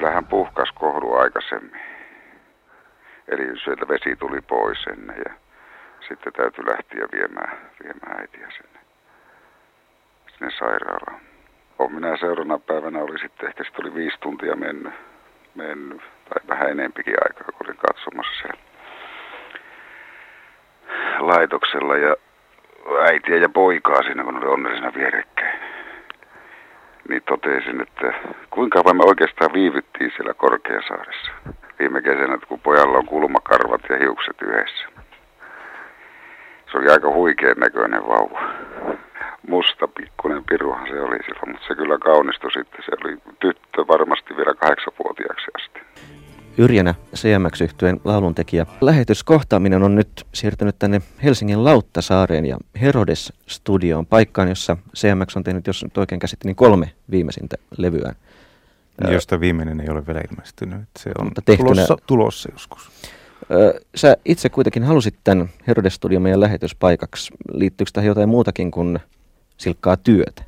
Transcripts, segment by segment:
siellä hän puhkasi kohdu aikaisemmin. Eli sieltä vesi tuli pois ennen ja sitten täytyy lähteä viemään äitiä sinne sairaalaan. Minä seuraavana päivänä oli sitten, ehkä sitten oli 5 tuntia mennyt tai vähän enempikin aikaa, kun olin katsomassa siellä laitoksella ja äitiä ja poikaa siinä, kun oli onnellisena vierekkäin. Niin totesin, että kuinka kauan me oikeastaan viivyttiin siellä Korkeasaaressa viime kesänä, kun pojalla on kulmakarvat ja hiukset yhdessä. Se oli aika huikean näköinen vauva. Musta pikkuinen piruhan se oli silloin, mutta se kyllä kaunistui sitten. Se oli tyttö varmasti vielä 8-vuotiaaksi asti. Yrjänä CMX-yhtyeen lauluntekijä. Lähetyskohtaaminen on nyt siirtynyt tänne Helsingin Lauttasaareen ja Herodes-studioon, paikkaan, jossa CMX on tehnyt, jos nyt oikein käsitti, niin 3 viimeisintä levyään. Josta viimeinen ei ole vielä ilmestynyt. Se on tulossa joskus. Sä itse kuitenkin halusit tämän Herodes-studion meidän lähetyspaikaksi. Liittyykö tähän jotain muutakin kuin silkkaa työtä?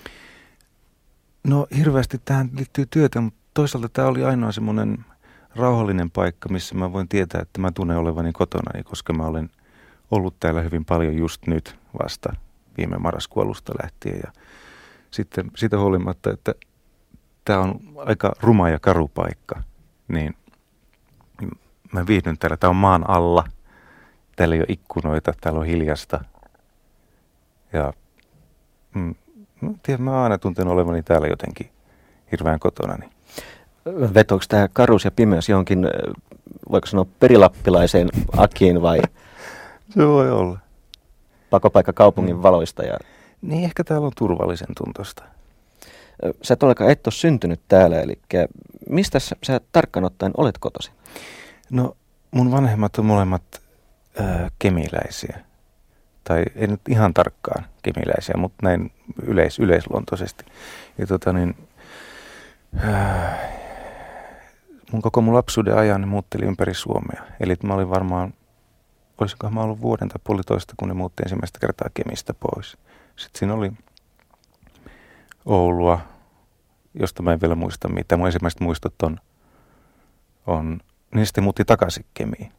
No hirveästi tähän liittyy työtä, mutta toisaalta tämä oli ainoa semmoinen rauhallinen paikka, missä mä voin tietää, että mä tunnen olevani kotonani, koska mä olen ollut täällä hyvin paljon just nyt vasta viime marraskuun alusta lähtien. Ja sitten siitä huolimatta, että tämä on aika ruma ja karu paikka, niin mä viihdyn täällä. Tämä on maan alla. Täällä ei ole ikkunoita, täällä on hiljasta. Ja mä aina tunten olevani täällä jotenkin hirveän kotonani. Vetoiko tämä karuus ja pimeys johonkin, voiko sanoa perilappilaiseen akiin vai? Se voi olla. Pakopaikka kaupungin valoista. Niin, ehkä täällä on turvallisen tuntosta. Sä et ole syntynyt täällä, eli mistä sä tarkkaan ottaen olet kotosi? No, mun vanhemmat on molemmat kemiläisiä. Tai ei nyt ihan tarkkaan kemiläisiä, mutta näin yleisluontoisesti. Ja mun lapsuuden ajan muutteli ympäri Suomea. Eli mä olin varmaan, olisikohan mä ollut vuoden tai puolitoista, kun ne muutti ensimmäistä kertaa Kemistä pois. Sitten siinä oli Oulua, josta mä en vielä muista mitä. Mun ensimmäiset muistot on niin sitten muutti takaisin Kemiin.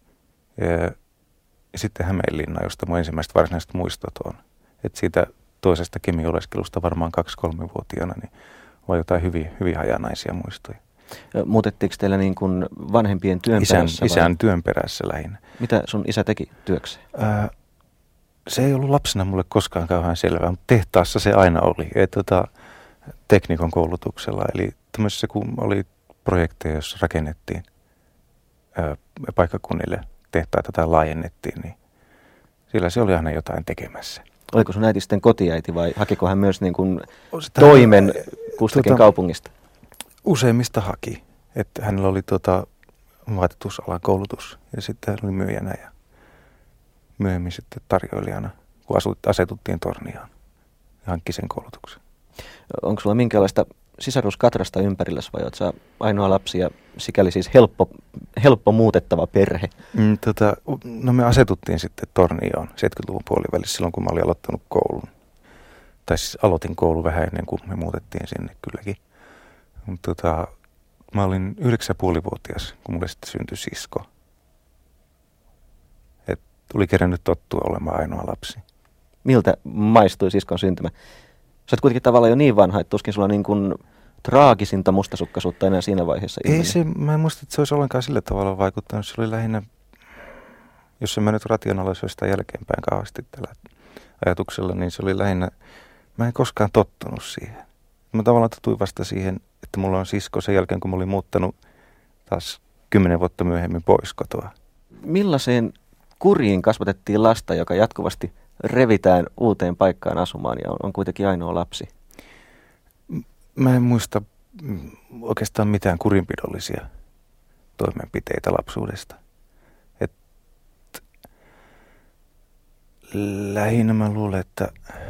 Ja sitten Hämeenlinna, josta mun ensimmäiset varsinaiset muistot on. Että siitä toisesta Kemi-oleskelusta varmaan 2-3-vuotiaana niin on jotain hyvin hajanaisia muistoja. Muutettiinko teillä niin kuin vanhempien työn perässä? Isän työn perässä lähinnä. Mitä sun isä teki työkseen? Se ei ollut lapsena mulle koskaan kauhean selvää, mutta tehtaassa se aina oli. Teknikon koulutuksella. Eli tämmöisessä kun oli projekteja, joissa rakennettiin paikkakunnille tehtaita tai laajennettiin, niin siellä se oli aina jotain tekemässä. Oliko sun äiti sitten kotiäiti vai hakiko hän myös niin kuin toimen kustakin kaupungista? Useimmista haki. Että hänellä oli vaatetusalan koulutus ja sitten hän oli myyjänä ja myöhemmin sitten tarjoilijana, kun asetuttiin Torniaan ja hankki sen koulutuksen. Onko sulla minkälaista sisaruskatrasta ympärilläsi vai oletko sä ainoa lapsi ja sikäli siis helppo muutettava perhe? No me asetuttiin sitten Tornioon 70-luvun puolivälissä silloin, kun mä olin aloittanut koulun. Tai siis aloitin koulun vähän ennen kuin me muutettiin sinne kylläkin. Mä olin 9,5-vuotias, kun mulle sitten syntyi sisko. Et tuli kerännyt tottua olemaan ainoa lapsi. Miltä maistui siskon syntymä? Sä oot kuitenkin tavallaan jo niin vanha, että tuskin sulla niin kuin traagisinta mustasukkaisuutta enää siinä vaiheessa. Mä en muista, että se olisi ollenkaan sillä tavalla vaikuttanut. Se oli lähinnä, jos en mä nyt rationalisoi sitä jälkeenpäin kauheasti tällä ajatuksella, niin se oli lähinnä, mä en koskaan tottunut siihen. Mä tavallaan totuin vasta siihen, että mulla on sisko sen jälkeen, kun mä olin muuttanut taas 10 vuotta myöhemmin pois kotoa. Millaiseen kuriin kasvatettiin lasta, joka jatkuvasti revitään uuteen paikkaan asumaan ja on kuitenkin ainoa lapsi? Mä en muista oikeastaan mitään kurinpidollisia toimenpiteitä lapsuudesta. Lähinnä mä luulen, että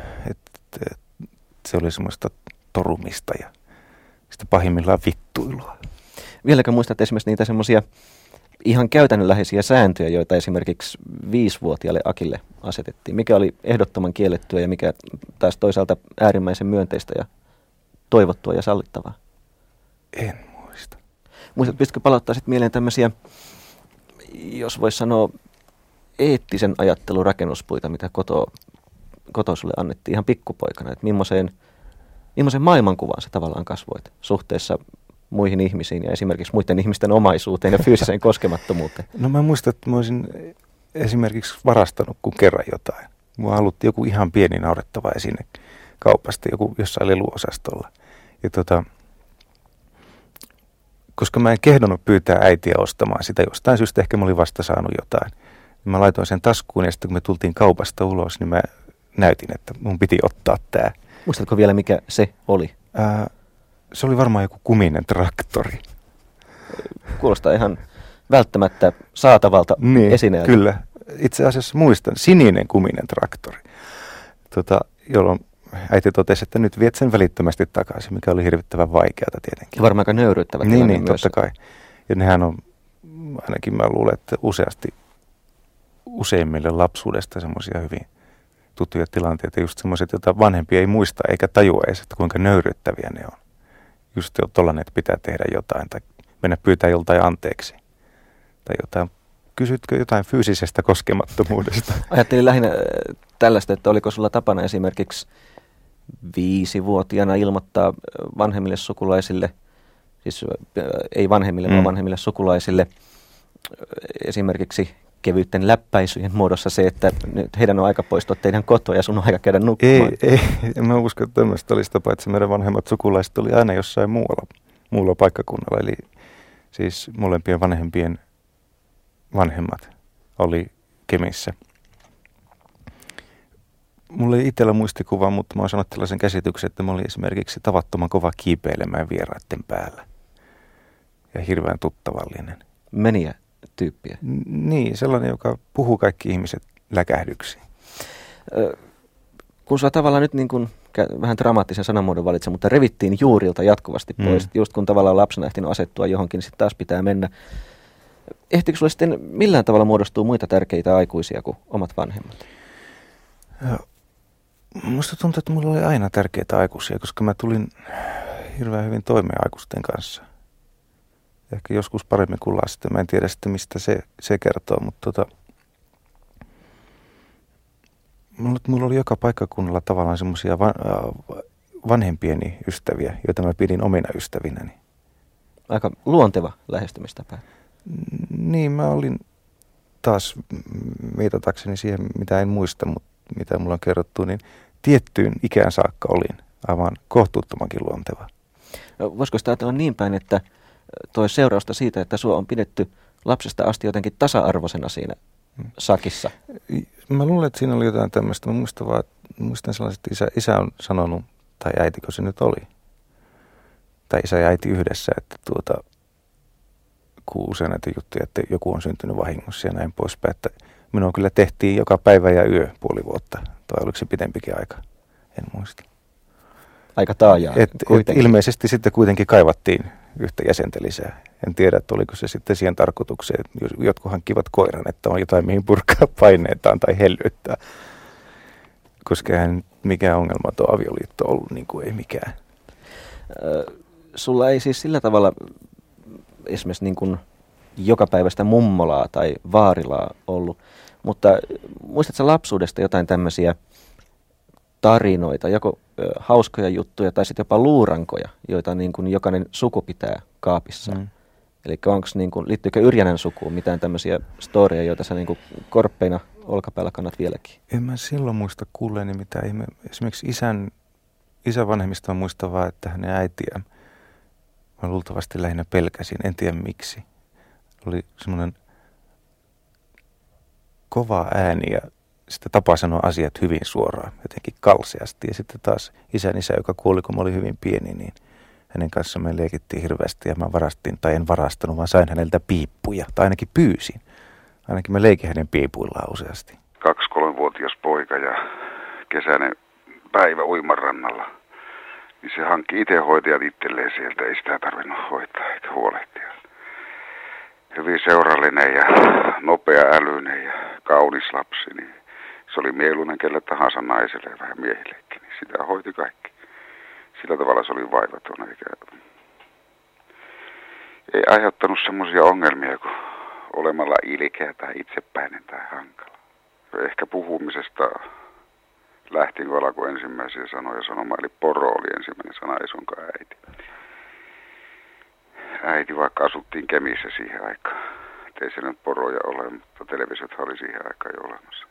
se oli semmoista torumista ja sitä pahimmillaan vittuilua. Vieläkö muistat esimerkiksi niitä semmoisia ihan käytännönläheisiä sääntöjä, joita esimerkiksi 5-vuotiaalle Akille asetettiin? Mikä oli ehdottoman kiellettyä ja mikä taas toisaalta äärimmäisen myönteistä ja toivottua ja sallittavaa? En muista. Pystytkö palauttaa sitten mieleen tämmöisiä, jos voisi sanoa, eettisen ajattelun rakennuspuita, mitä kotoa sulle annettiin ihan pikkupoikana, että millaiseen maailmankuvaan sä tavallaan kasvoit suhteessa muihin ihmisiin ja esimerkiksi muiden ihmisten omaisuuteen ja fyysiseen koskemattomuuteen? No mä muistan, että mä olisin esimerkiksi varastanut kun kerran jotain. Mua haluttiin joku ihan pieni naurettava esine kaupasta, joku jossain leluosastolla. Ja koska mä en kehdonnut pyytää äitiä ostamaan sitä jostain syystä, ehkä mä olin vasta saanut jotain. Mä laitoin sen taskuun ja sitten kun me tultiin kaupasta ulos, niin mä näytin, että mun piti ottaa tää. Muistatko vielä, mikä se oli? Se oli varmaan joku kuminen traktori. Kuulostaa ihan välttämättä saatavalta esineeltä. Kyllä. Itse asiassa muistan, sininen kuminen traktori, jolloin äiti totesi, että nyt viet sen välittömästi takaisin, mikä oli hirvittävän vaikeata tietenkin. Ja varmaan aika nöyryyttävä tilanne niin, myös. Totta kai. Ja nehän on, ainakin mä luulen, että useimmille lapsuudesta semmoisia hyvin tuttuja tilanteita, just semmoiset, joita vanhempi ei muista eikä tajua edes, että kuinka nöyryyttäviä ne on. Just tollainen, että pitää tehdä jotain tai mennä pyytää joltain anteeksi tai jotain. Kysytkö jotain fyysisestä koskemattomuudesta? Ajattelin lähinnä tällaista, että oliko sulla tapana esimerkiksi 5-vuotiaana ilmoittaa vanhemmille sukulaisille, siis ei vanhemmille, vaan vanhemmille sukulaisille esimerkiksi kevyytten läppäisyjen muodossa se, että nyt heidän on aika poistua teidän kotoa ja sun on aika käydä nukkumaan. Ei, en mä usko, että tämmöistä olisi tapa, että meidän vanhemmat sukulaiset oli aina jossain muulla paikkakunnalla. Eli siis molempien vanhempien vanhemmat oli Kemissä. Mulla ei itsellä muistikuva, mutta mä oon sanonut tällaisen käsityksen, että mä olin esimerkiksi tavattoman kova kiipeilemään vieraiden päällä. Ja hirveän tuttavallinen. Meniä tyyppiä. Niin, sellainen, joka puhuu kaikki ihmiset läkähdyksiin. Kun sä tavallaan nyt niin kuin, vähän dramaattisen sanamuodon valitse, mutta revittiin juurilta jatkuvasti pois. Just kun tavallaan lapsena ehtinyt asettua johonkin, niin sitten taas pitää mennä. Ehtikö sulle sitten millään tavalla muodostuu muita tärkeitä aikuisia kuin omat vanhemmat? Musta tuntuu, että mulla oli aina tärkeitä aikuisia, koska mä tulin hirveän hyvin toimeen aikuisten kanssa. Ehkä joskus paremmin kuin lasten. Mä en tiedä sitten, mistä se kertoo, mutta mulla oli joka paikkakunnalla tavallaan semmoisia vanhempieni ystäviä, joita mä pidin omina ystävinäni. Aika luonteva lähestymistapa. Niin, mä olin taas viitatakseni siihen, mitä en muista, mutta mitä mulla on kerrottu, niin tiettyyn ikään saakka olin aivan kohtuuttomankin luonteva. Voisiko sitä ajatella niin päin, että toi seurausta siitä, että sua on pidetty lapsesta asti jotenkin tasa-arvoisena siinä sakissa? Mä luulen, että siinä oli jotain tämmöistä. Mä muistan sellaiset, että isä on sanonut, tai äitikö se nyt oli, tai isä ja äiti yhdessä, että kun usein näitä juttuja, että joku on syntynyt vahingossa ja näin poispäin, että minua kyllä tehtiin joka päivä ja yö puoli vuotta, tai oliko se pitempikin aika, en muista. Aika taajaa kuitenkin. Ilmeisesti sitten kuitenkin kaivattiin yhtä jäsentä lisää. En tiedä, että oliko se sitten siihen tarkoitukseen, että jotkut hankkivat koiran, että on jotain mihin purkaa paineitaan tai hellyttää. Koska eihän mikään ongelmaton avioliitto ollut, niin kuin ei mikään. Sulla ei siis sillä tavalla esimerkiksi niin kuin jokapäiväistä mummolaa tai vaarilaa ollut, mutta muistatko lapsuudesta jotain tämmöisiä tarinoita, joko hauskoja juttuja tai sitten jopa luurankoja, joita niin kuin jokainen suku pitää kaapissaan? Eli niin kuin, liittyykö Yrjänän sukuun mitään tämmöisiä storia, joita sä niin kuin korppeina olkapäällä kannat vieläkin? En mä silloin muista kuulleeni mitään. Esimerkiksi isän vanhemmista muistavaa, että hänen äitiään mä luultavasti lähinnä pelkäsin, en tiedä miksi. Oli semmoinen kova ääni ja sitten tapa sanoa asiat hyvin suoraan, jotenkin kalseasti. Ja sitten taas isä, joka kuoli, kun mä olin hyvin pieni, niin hänen kanssaan me leikittiin hirveästi ja mä varastin, tai en varastanut, vaan sain häneltä piippuja, tai ainakin pyysin. Ainakin mä leikin hänen piipuillaan useasti. 2-3-vuotias poika ja kesäinen päivä uimarannalla, niin se hankki itse hoitajat itselleen sieltä, ei sitä tarvinnut hoitaa eikä huolehtia. Hyvin seurallinen ja nopea älyinen ja kaunis lapsi, niin se oli mieluinen kelle tahansa naiselle ja vähän miehillekin, niin sitä hoiti kaikki. Sillä tavalla se oli vaivaton. ei aiheuttanut semmoisia ongelmia kuin olemalla ilkeä tai itsepäinen tai hankala. Ehkä puhumisesta lähtin, kun alkoi ensimmäisiä sanoja sanomaan, eli poro oli ensimmäinen sana, ei sunkaan äiti. Äiti, vaikka asuttiin Kemissä siihen aikaan. Ei siellä nyt poroja ole, mutta televisiot oli siihen aikaan jo olemassa.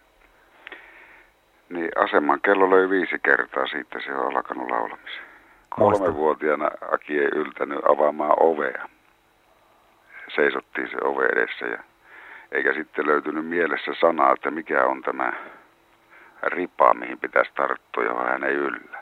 Niin aseman kello löi 5 kertaa, siitä se on alkanut laulamisen. 3-vuotiaana Aki ei yltänyt avaamaan ovea. Seisottiin se ove edessä ja eikä sitten löytynyt mielessä sanaa, että mikä on tämä ripa, mihin pitäisi tarttua, johon hän ei yllä.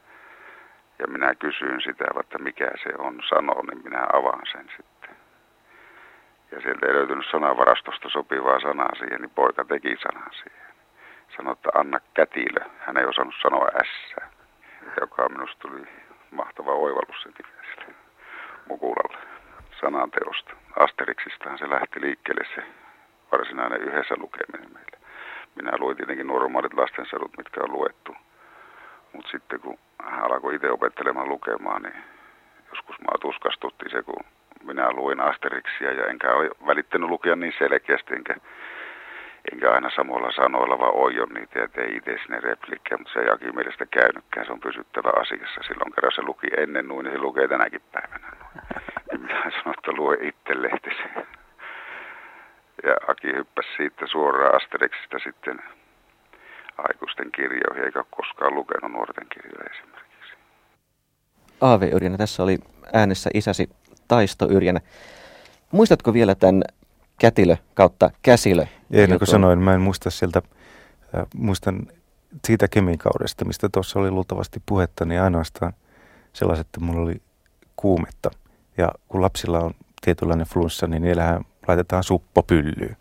Ja minä kysyin sitä, että mikä se on sanoo, niin minä avaan sen sitten. Ja sieltä ei löytynyt sanavarastosta sopivaa sanaa siihen, niin poika teki sanan siihen. Sanoi, että anna kätilö. Hän ei osannut sanoa ässää, joka minusta tuli mahtava oivallus sen ikäiselle Mukulalle sananteosta. Asterixistaan se lähti liikkeelle se varsinainen yhdessä lukeminen meille. Minä luin tietenkin normaalit lastensadut, mitkä on luettu. Mutta sitten kun hän alkoi itse opettelemaan lukemaan, niin joskus mä tuskastutti se, kun minä luin Asterixia ja enkä ole välittänyt lukea niin selkeästi, enkä aina samoilla sanoilla, vaan oion niitä ja tein itse sinne replikkejä, mutta se ei Akin mielestä käynytkään, se on pysyttävä asiassa. Silloin kerran se luki ennen noin, niin se lukee tänäkin päivänä noin. Ja minä sanoin, että lue itse lehtisi. Ja Aki hyppäsi siitä suoraan Asterixista sitten aikuisten kirjoihin, eikä ole koskaan lukenut nuorten kirjoja esimerkiksi. Aave Yrjänä, tässä oli äänessä isäsi Taisto Yrjänä. Muistatko vielä tämän kätilö kautta käsilö? Ei, niin kuin sanoin, mä en muista sieltä, muistan siitä kemikaudesta, mistä tuossa oli luultavasti puhetta, niin ainoastaan sellaiset, että mulla oli kuumetta. Ja kun lapsilla on tietynlainen flunssa, niin niillähän laitetaan suppopyllyyn.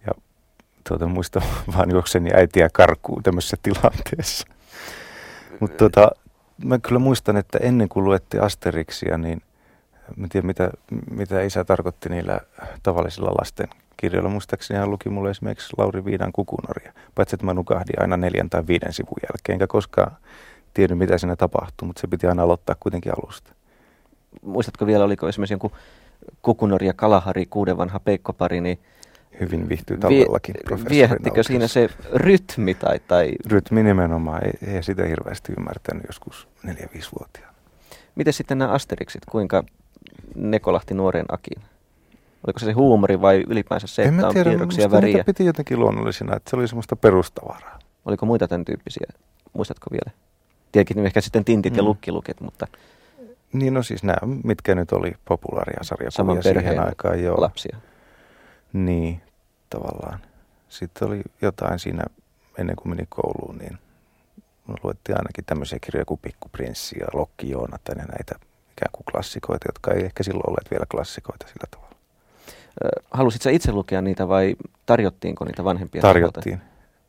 Ja muistan vaan juokseni äitiä karkuun tämmöisessä tilanteessa. Mutta mä kyllä muistan, että ennen kuin luettiin Asterixia, niin mä tiedän mitä isä tarkoitti niillä tavallisilla lasten kirjoilla. Muistaakseni hän luki mulle esimerkiksi Lauri Viidan Kukunoria. Paitsi että mä nukahdin aina 4 tai 5 sivun jälkeen, enkä koskaan tiennyt mitä siinä tapahtuu, mutta se piti aina aloittaa kuitenkin alusta. Muistatko vielä, oliko esimerkiksi jonkun Kukunori ja Kalahari, 6 vanha peikkopari, niin hyvin viihtyy talvellakin professori. Viehättikö siinä se rytmi tai? Rytmi nimenomaan, ei sitä hirveästi ymmärtänyt joskus 4-5-vuotiaana. Miten sitten nämä Asterixit, kuinka ne kolahti nuoren Akin? Oliko se huumori vai ylipäänsä se, että on piirroksia ja väriä? Niitä piti jotenkin luonnollisina, että se oli semmoista perustavaraa. Oliko muita tämän tyyppisiä? Muistatko vielä? Tietenkin ehkä sitten Tintit ja Lukkiluket, mutta niin no siis nämä, mitkä nyt oli populaaria sarjakuvia siihen aikaan. Joo. Lapsia. Niin, tavallaan. Sitten oli jotain siinä, ennen kuin meni kouluun, niin luettiin ainakin tämmöisiä kirjoja kuin Pikku Prinssi ja Lokki Joonatan ja näitä ikään kuin klassikoita, jotka ei ehkä silloin olleet vielä klassikoita sillä tavalla. Halusitko sä itse lukea niitä vai tarjottiinko niitä vanhempia? Tarjottiin.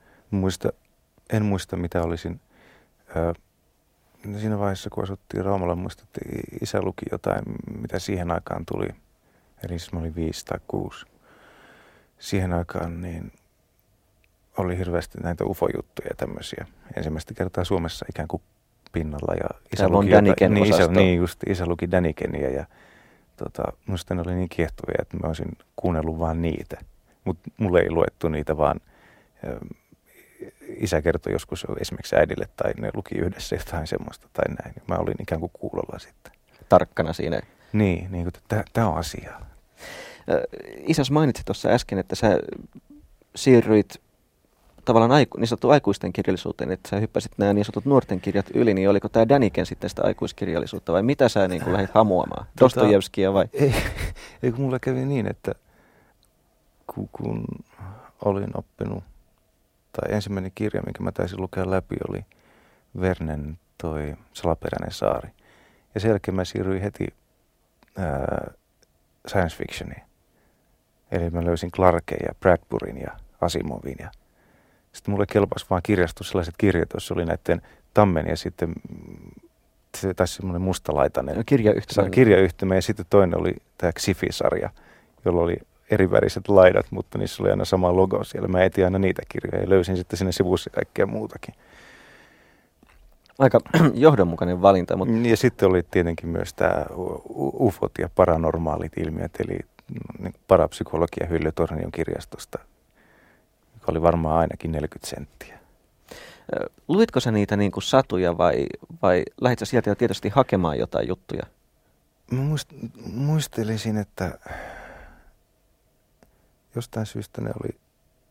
En muista mitä olisin. Siinä vaiheessa, kun asuttiin Raumalla, muistan, että isä luki jotain, mitä siihen aikaan tuli. Eli siis mä olin 5 tai 6. Siihen aikaan niin oli hirveästi näitä UFO-juttuja ja tämmöisiä. Ensimmäistä kertaa Suomessa ikään kuin pinnalla. Ja isä luki isä luki Danikenia ja musta ne oli niin kiehtovia, että mä olisin kuunnellut vaan niitä. Mutta mulle ei luettu niitä, vaan isä kertoi joskus esimerkiksi äidille tai ne luki yhdessä jotain semmoista tai näin. Mä olin ikään kuin kuulolla sitten. Tarkkana siinä. Niin kuin tämä on asia. Isäs mainitsi tuossa äsken, että sä siirryit tavallaan niin sanottu aikuisten kirjallisuuteen, että sä hyppäsit nämä niin sanotut nuorten kirjat yli, niin oliko tämä Daniken sitten sitä aikuiskirjallisuutta vai mitä sä niin lähdit hamuamaan? Dostojevskia vai? Ei, kun mulla kävi niin, että kun olin oppinut, tai ensimmäinen kirja, minkä mä taisin lukea läpi, oli Vernen toi Salaperäinen saari. Ja sen jälkeen mä siirryin heti science fictioniin. Eli mä löysin Clarken ja Bradburyn ja Asimovin. Ja sitten mulle kelpasi vaan kirjastus sellaiset kirjat, joissa oli näiden Tammen ja sitten se taisi semmoinen mustalaitainen kirjayhtymä. Ja sitten toinen oli tämä Xifi-sarja, jolla oli eri väriset laidat, mutta niissä oli aina sama logo siellä. Mä etin aina niitä kirjoja ja löysin sitten sinne sivussa kaikkea muutakin. Aika johdonmukainen valinta. Mutta... Ja sitten oli tietenkin myös tämä ufot ja paranormaalit ilmiöt, eli parapsykologia Hylly Tornion kirjastosta, joka oli varmaan ainakin 40 senttiä. Luitko sä niitä niin kuin satuja vai lähditkö sieltä jo tietysti hakemaan jotain juttuja? Mä muistelisin, että jostain syystä ne oli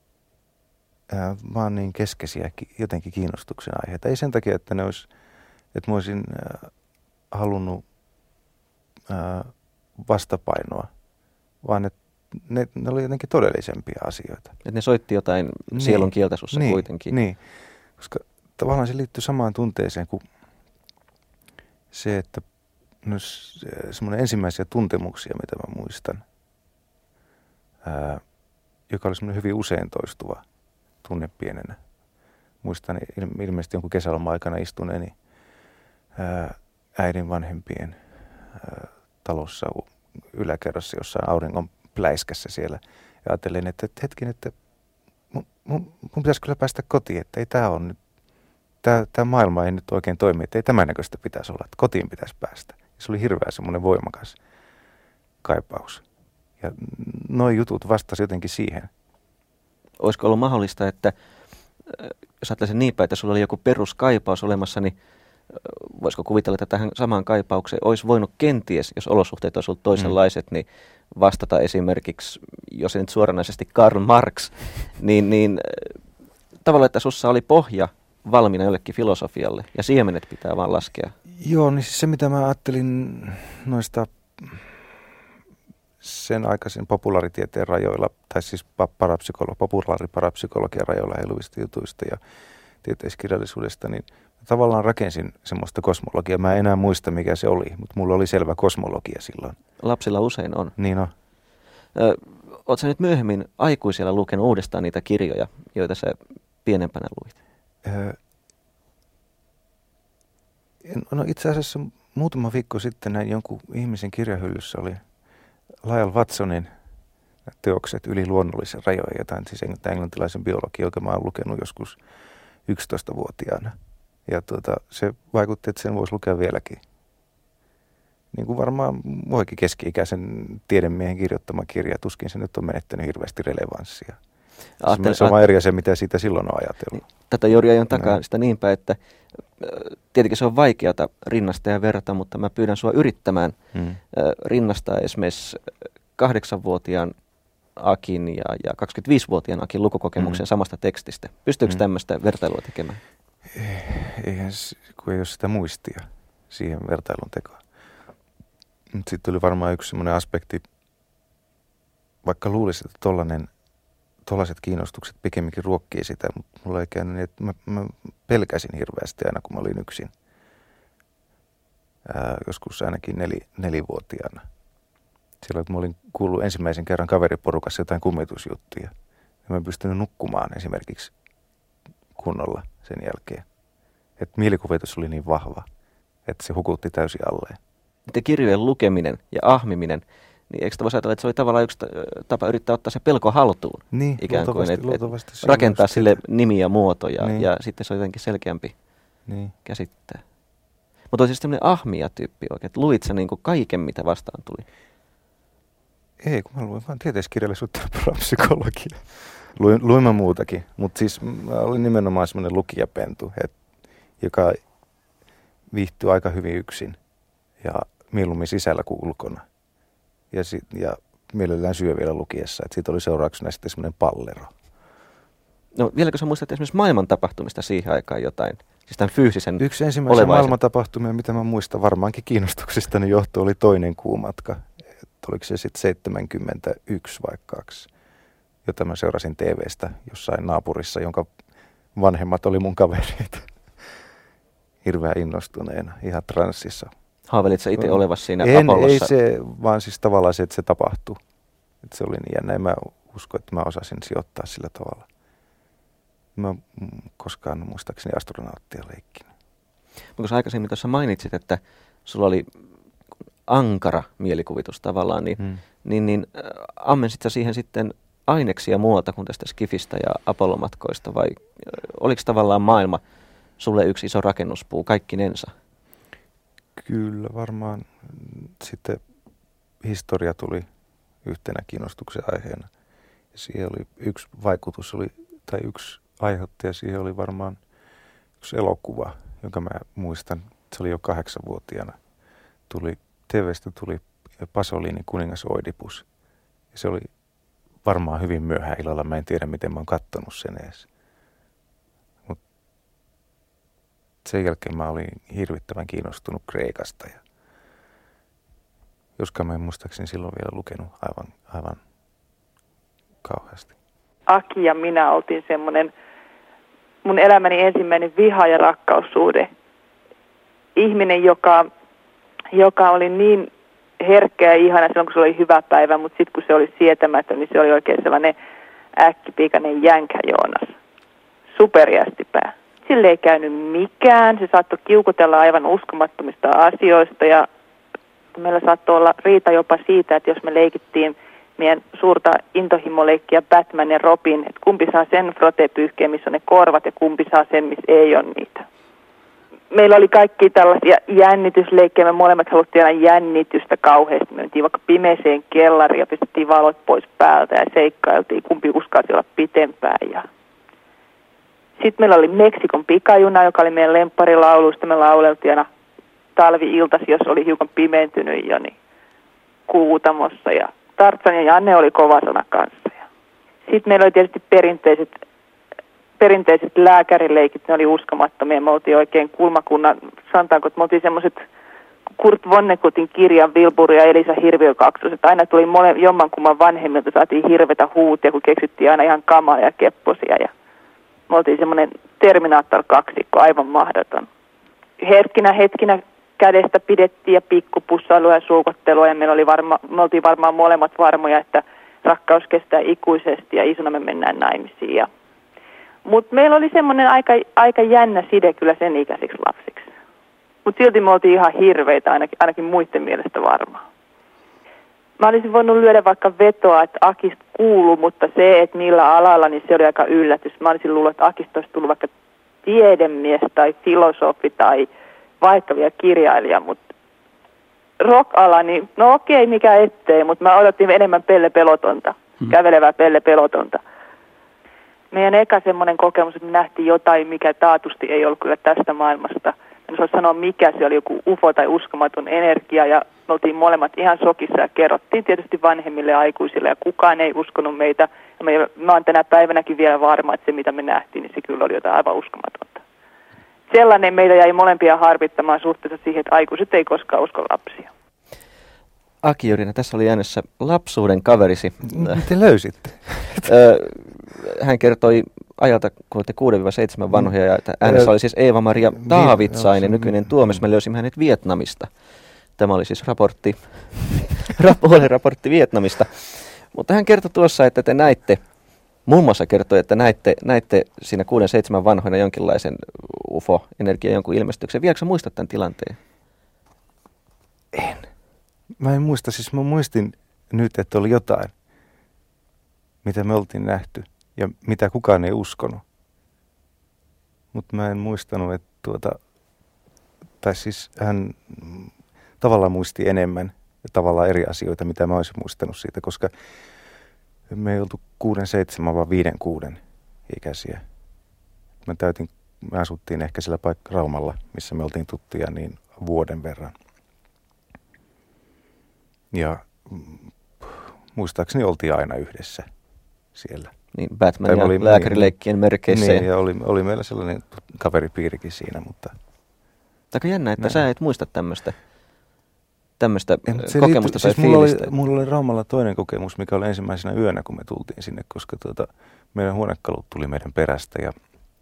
vaan niin keskeisiä jotenkin kiinnostuksen aiheita. Ei sen takia, että mä olisin halunnut vastapainoa, vaan että ne oli jotenkin todellisempia asioita. Että ne soitti jotain sielun kieltä sussa kuitenkin. Niin, koska tavallaan se liittyy samaan tunteeseen kuin se, että semmoinen ensimmäisiä tuntemuksia, mitä mä muistan, joka oli semmoinen hyvin usein toistuva tunne pienenä. Muistan ilmeisesti jonkun kesäloma-aikana istuneeni äidin vanhempien talossa yläkerrassa jossain auringon pläiskässä siellä. Ja ajattelin, että hetken, että mun pitäisi kyllä päästä kotiin, että ei tämä ole nyt, tämä maailma ei nyt oikein toimi, että ei tämän näköistä pitäisi olla, että kotiin pitäisi päästä. Ja se oli hirveän semmoinen voimakas kaipaus. Ja nuo jutut vastasi jotenkin siihen. Olisiko ollut mahdollista, että jos ajattelisin niin päin, että sulla oli joku peruskaipaus olemassa, niin voisiko kuvitella, että tähän samaan kaipaukseen olisi voinut kenties, jos olosuhteet olisivat toisenlaiset, niin vastata esimerkiksi, jos ei nyt suoranaisesti Karl Marx, niin tavallaan, että sussa oli pohja valmiina jollekin filosofialle ja siemenet pitää vaan laskea. Joo, niin se mitä mä ajattelin noista sen aikaisen populaaritieteen rajoilla, tai siis populaariparapsykologian rajoilla heiluvista jutuista ja tieteiskirjallisuudesta, niin tavallaan rakensin semmoista kosmologiaa. Mä en enää muista, mikä se oli, mutta mulla oli selvä kosmologia silloin. Lapsilla usein on. Niin on. Oletko sä nyt myöhemmin aikuisella lukenut uudestaan niitä kirjoja, joita sä pienempänä luit? No itse asiassa muutama viikko sitten näin jonkun ihmisen kirjahyllyssä oli Lyell Watsonin teokset yli luonnollisen rajojen, jotain siis englantilaisen biologia, joka mä oon lukenut joskus 11-vuotiaana. Ja se vaikutti, että sen voisi lukea vieläkin. Niin kuin varmaan voikin keski-ikäisen tiedemiehen kirjoittama kirja, tuskin se nyt on menettänyt hirveästi relevanssia. Se on vaan eri asia, mitä siitä silloin on ajatellut. Tätä juuri ajan takaa sitä niin päin, että tietenkin se on vaikeata rinnastaa ja verrata, mutta mä pyydän sua yrittämään rinnastaa esimerkiksi 8-vuotiaan Akin ja 25-vuotiaan Akin lukukokemuksen samasta tekstistä. Pystyykö tämmöistä vertailua tekemään? Eihän, kun ei ole sitä muistia siihen vertailun tekoon. Sitten tuli varmaan yksi semmoinen aspekti, vaikka luulisi, että tollaiset kiinnostukset pikemminkin ruokkii sitä, mutta mulla ei käynyt niin, että mä pelkäsin hirveästi aina, kun mä olin yksin. Joskus ainakin 4-vuotiaana. Silloin, kun mä olin kuullut ensimmäisen kerran kaveriporukassa jotain kummitusjuttuja, ja mä en pystynyt nukkumaan esimerkiksi kunnolla sen jälkeen. Että mielikuvitus oli niin vahva, että se hukutti täysin alleen. Niiden kirjojen lukeminen ja ahmiminen, niin eikö voisi ajatella, että se oli tavallaan yksi tapa yrittää ottaa se pelko haltuun? Niin, ikään kuin, että rakentaa sille nimi ja muoto ja sitten se on jotenkin selkeämpi käsittää. Mutta olisi tämmöinen ahmija-tyyppi oikein, että luit sä niin kuin kaiken, mitä vastaan tuli? Ei, kun mä luin vaan tieteiskirjallisuutta ja parapsykologia. Luin mä muutakin, mutta siis mä olin nimenomaan semmoinen lukijapentu, joka viihtyy aika hyvin yksin ja mieluummin sisällä kuin ulkona. Ja mielellään syö vielä lukiessa, että siitä oli seurauksena sitten semmoinen pallero. No vieläkö sä muistat esimerkiksi maailman tapahtumista siihen aikaan jotain? Siis tämän fyysisen yksi ensimmäisen maailman tapahtumia, mitä mä muistan varmaankin kiinnostuksestani johtuu, oli toinen kuumatka. Oliko se sitten 71 vai 2, jota mä seurasin TV:stä jossain naapurissa, jonka vanhemmat oli mun kavereita. Hirveän innostuneena, ihan transsissa. Haavelit sä itse olevasi siinä Apollossa? Ei se, vaan siis tavallaan se, että se tapahtui. Että se oli niin jännä. En mä usko, että mä osasin sijoittaa sillä tavalla. Mä koskaan muistaakseni astronauttia leikkinyt. Mutta aikaisemmin tuossa mainitsit, että sulla oli ankara mielikuvitus tavallaan, niin ammensit sä siihen sitten aineksia muualta kuin tästä Skifistä ja Apollo-matkoista, vai oliko tavallaan maailma sulle yksi iso rakennuspuu kaikkinensa? Kyllä varmaan sitten historia tuli yhtenä kiinnostuksen aiheena. Ja siihen oli yksi vaikutus, tai yksi aiheuttaja siihen oli varmaan yksi elokuva, jonka mä muistan. Se oli jo 8-vuotiaana. TV:stä tuli Pasolinin Kuningas Oidipus. Ja se oli varmaan hyvin myöhään illalla. Mä en tiedä, miten mä oon kattonut sen edes. Mut sen jälkeen mä olin hirvittävän kiinnostunut Kreikasta. Ja joskaan mä en muistaakseni silloin vielä lukenut aivan kauheasti. Aki ja minä oltiin semmoinen mun elämäni ensimmäinen viha- ja rakkaussuhde. Ihminen, joka oli niin herkkä ja ihana silloin, kun se oli hyvä päivä, mutta sitten kun se oli sietämätön, niin se oli oikein sellainen äkkipikainen jänkä Joonas. Superjästipää. Sille ei käynyt mikään. Se saattoi kiukutella aivan uskomattomista asioista ja meillä saattoi olla riita jopa siitä, että jos me leikittiin meidän suurta intohimoleikkiä Batman ja Robin, että kumpi saa sen frotepyyhkeen, missä on ne korvat ja kumpi saa sen, missä ei ole niitä. Meillä oli kaikki tällaisia jännitysleikkejä, me molemmat haluttiin aina jännitystä kauheasti. Me mentiin vaikka pimeeseen kellariin ja pistettiin valot pois päältä ja seikkailtiin, kumpi uskalsi olla pitempään. Ja sitten meillä oli Meksikon pikajuna, joka oli meidän lempparilauluista. Me lauleltiin aina talvi-iltasi, jos oli hiukan pimentynyt jo, niin Kuutamossa. Ja Tartsan ja Janne oli kova sana kanssa. Sitten meillä oli tietysti perinteiset lääkärileikit, ne oli uskomattomia. Me oltiin oikein kulmakunnan, sanotaanko, että me oltiin semmoiset Kurt Vonneguttin kirjan Wilbur ja Elisa Hirviö-kaksoset. Aina tuli jommankumman vanhemmilta, saatiin hirvetä huutia, kun keksittiin aina ihan kamalia ja kepposia. Ja me oltiin semmoinen Terminaattor-kaksikko, aivan mahdoton. Hetkinä kädestä pidettiin ja pikkupussailua ja suukottelua ja me oltiin varmaan molemmat varmoja, että rakkaus kestää ikuisesti ja isona me mennään naimisiin. Mutta meillä oli semmoinen aika jännä side kyllä sen ikäisiksi lapsiksi. Mutta silti me oltiin ihan hirveitä, ainakin muiden mielestä varmaan. Mä olisin voinut lyödä vaikka vetoa, että Akista kuuluu, mutta se, että millä alalla, niin se oli aika yllätys. Mä olisin luullut, että Akista olisi tullut vaikka tiedemies tai filosofi tai vaikka vielä kirjailija, mutta rock-ala, niin no okei, mikä ettei, mutta mä odotin enemmän Pelle Pelotonta, kävelevää Pelle Pelotonta. Meidän eka semmoinen kokemus, että me nähtiin jotain, mikä taatusti ei ollut kyllä tästä maailmasta. En osaa sanoa mikä, se oli joku UFO tai uskomaton energia ja me oltiin molemmat ihan sokissa ja kerrottiin tietysti vanhemmille aikuisille ja kukaan ei uskonut meitä. Ja mä oon tänä päivänäkin vielä varma, että se mitä me nähtiin, niin se kyllä oli jotain aivan uskomatonta. Sellainen meitä jäi molempia harvittamaan suhteessa siihen, että aikuiset ei koskaan usko lapsia. Aki Jyrinen, tässä oli äänessä lapsuuden kaverisi. Miten löysitte? Hän kertoi ajalta, kun olette 6-7 vanhoja, ja että äänessä oli siis Eeva-Maria Taavitsainen, nykyinen tuomis. Me löysimme hänet Vietnamista. Tämä oli siis raportti Vietnamista. Mutta hän kertoi tuossa, että te näitte, muun muassa kertoi, että näitte siinä 6-7 vanhoina jonkinlaisen UFO-energian jonkun ilmestyksen. Vieläkö sä muistat tämän tilanteen? En. Mä en muista, siis mä muistin nyt, että oli jotain, mitä me oltiin nähty ja mitä kukaan ei uskonut. Mutta mä en muistanut, että tai siis hän tavallaan muisti enemmän ja tavallaan eri asioita, mitä mä olisin muistanut siitä, koska me ei oltu 6-7, vaan 5-6 ikäisiä. Me asuttiin ehkä sillä Raumalla, missä me oltiin tuttuja, niin vuoden verran. Ja muistaakseni oltiin aina yhdessä siellä. Niin, Batman ja oli, lääkärileikkien merkeissä. Niin, ja oli meillä sellainen kaveripiirikin siinä, mutta... Aika jännä, että sä et muista tämmöistä kokemusta tai siis fiilistä. Mulla oli Raumalla toinen kokemus, mikä oli ensimmäisenä yönä, kun me tultiin sinne, koska meidän huonekalut tuli meidän perästä ja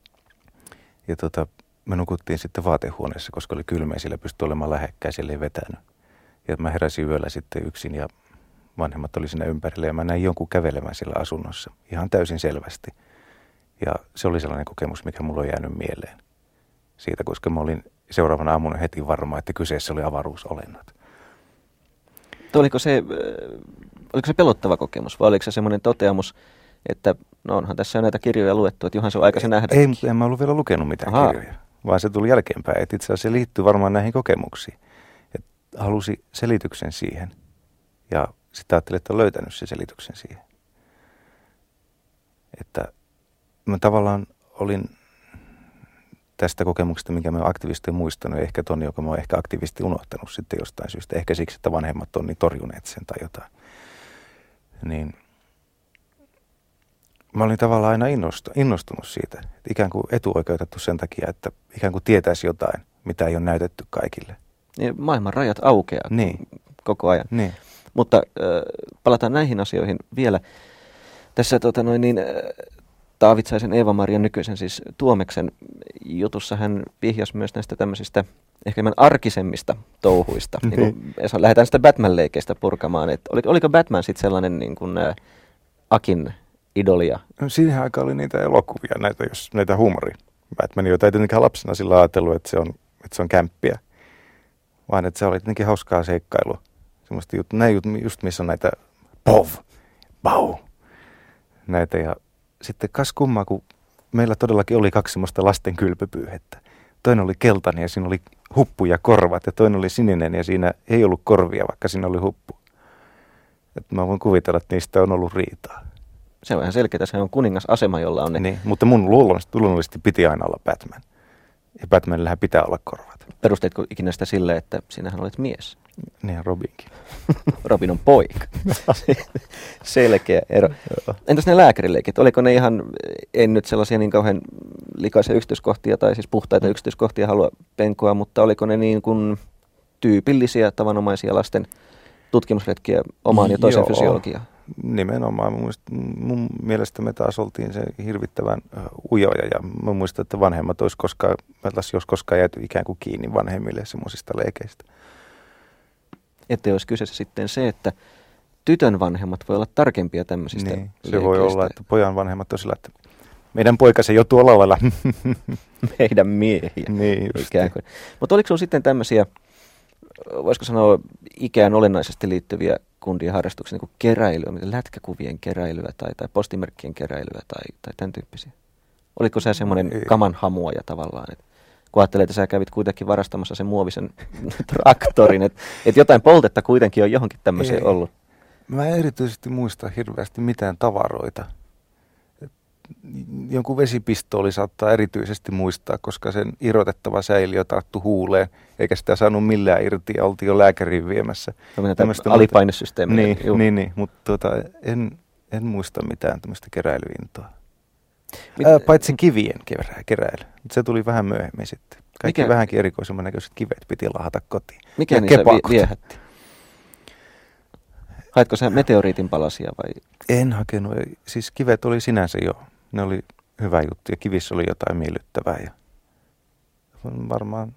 me nukuttiin sitten vaatehuoneessa, koska oli kylmä ja siellä pystyi olemaan lähekkäin, siellä ei vetänyt. Ja mä heräsin yöllä sitten yksin ja vanhemmat oli siinä ympärillä ja mä näin jonkun kävelemään siellä asunnossa ihan täysin selvästi. Ja se oli sellainen kokemus, mikä mulla on jäänyt mieleen siitä, koska mä olin seuraavana aamuna heti varma, että kyseessä oli avaruusolennot. Oliko se pelottava kokemus vai oliko se semmoinen toteamus, että no onhan tässä jo näitä kirjoja luettu, että johan se on aika se nähdä? Ei, mutta en mä ollut vielä lukenut mitään kirjoja. vaan se tuli jälkeenpäin. Et itse asiassa se liittyy varmaan näihin kokemuksiin. Et halusi selityksen siihen ja sitten ajattelin, että on löytänyt sen selityksen siihen. Että mä tavallaan olin tästä kokemuksesta, minkä mä aktiivisesti muistanut, ehkä ton, joka mä oon ehkä aktiivisesti unohtanut sitten jostain syystä. Ehkä siksi, että vanhemmat on niin torjuneet sen tai jotain. Niin mä olin tavallaan aina innostunut siitä. Että ikään kuin etuoikeutettu sen takia, että ikään kuin tietäisi jotain, mitä ei ole näytetty kaikille. Niin, maailman rajat aukeaa koko ajan. Niin. Mutta palataan näihin asioihin vielä. Tässä Taavitsaisen Eeva-Maria Nykyisen, siis Tuomeksen jutussa hän vihjasi myös näistä tämmöisistä ehkä enemmän arkisemmista touhuista. Niin kuin, lähdetään sitä Batman-leikeistä purkamaan. Et oliko Batman sitten sellainen niin kuin Akin idolia? No, siihen aikaan oli niitä elokuvia, näitä huumoria. Batman, joita ei tietenkään lapsena sillä ajatellut, että se on kämppiä, vaan että se oli tietenkin hauskaa seikkailua. Semmoista just missä on näitä bau, näitä ja sitten kas kummaa, kun meillä todellakin oli 2 semmoista lasten kylpypyyhettä. Toinen oli keltainen ja siinä oli huppu ja korvat ja toinen oli sininen ja siinä ei ollut korvia, vaikka siinä oli huppu. Että mä voin kuvitella, että niistä on ollut riitaa. Se on ihan selkeää, se on kuningasasema, jolla on ne. Niin, mutta mun luonnollisesti piti aina olla Batman. Ja Batmanillähän pitää olla korvat. Perusteitko ikinä sitä silleen, että sinähän olet mies? Niin, Robinkin. Robin on poika. Selkeä ero. Entäs ne lääkärileikit? Oliko ne ihan, en nyt sellaisia niin kauhean likaisia yksityiskohtia tai siis puhtaita yksityiskohtia halua penkoa, mutta oliko ne niin kuin tyypillisiä, tavanomaisia lasten tutkimusretkiä omaan ja toiseen fysiologiaan? Nimenomaan. Mun mielestä me taas oltiin se hirvittävän ujoja ja mä muistan, että vanhemmat olisi koskaan jääty ikään kuin kiinni vanhemmille semmoisista leikeistä. Että olisi kyseessä sitten se, että tytön vanhemmat voi olla tarkempia tämmöisistä niin, se leikeistä. voi olla, että pojan vanhemmat on sillä, että meidän poika se jo tuolla lailla. Meidän miehiä. Niin, ikään kuin. Mutta oliko sinulla sitten tämmöisiä, voisiko sanoa ikään olennaisesti liittyviä kundien harrastuksia, niin kuin keräilyä, lätkäkuvien keräilyä tai postimerkkien keräilyä tai tämän tyyppisiä? Oliko sä semmoinen kamanhamuaja tavallaan, että kun ajattelee, että sä kävit kuitenkin varastamassa sen muovisen traktorin, että jotain poltetta kuitenkin on johonkin tämmöiseen ollut. Mä en erityisesti muista hirveästi mitään tavaroita. Jonkun vesipistooli saattaa erityisesti muistaa, koska sen irrotettava säiliö tarttu huuleen, eikä sitä saanut millään irti ja oltiin jo lääkäriin viemässä. Alipainesysteemi. Niin, mutta en muista mitään tämmöistä keräilyintoa. Paitsi kivien keräily. Se tuli vähän myöhemmin sitten. Kaikki vähänkin erikoisemman näköiset kivet piti lahata kotiin. Mikä niissä viehätti? Haitko sä meteoriitin palasia vai? En hakenut. Siis kivet oli sinänsä jo. Ne oli hyvä juttu ja kivissä oli jotain miellyttävää. Ja varmaan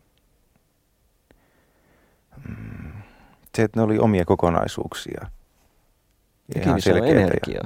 se, että ne oli omia kokonaisuuksia. Ja kivissä on energiaa.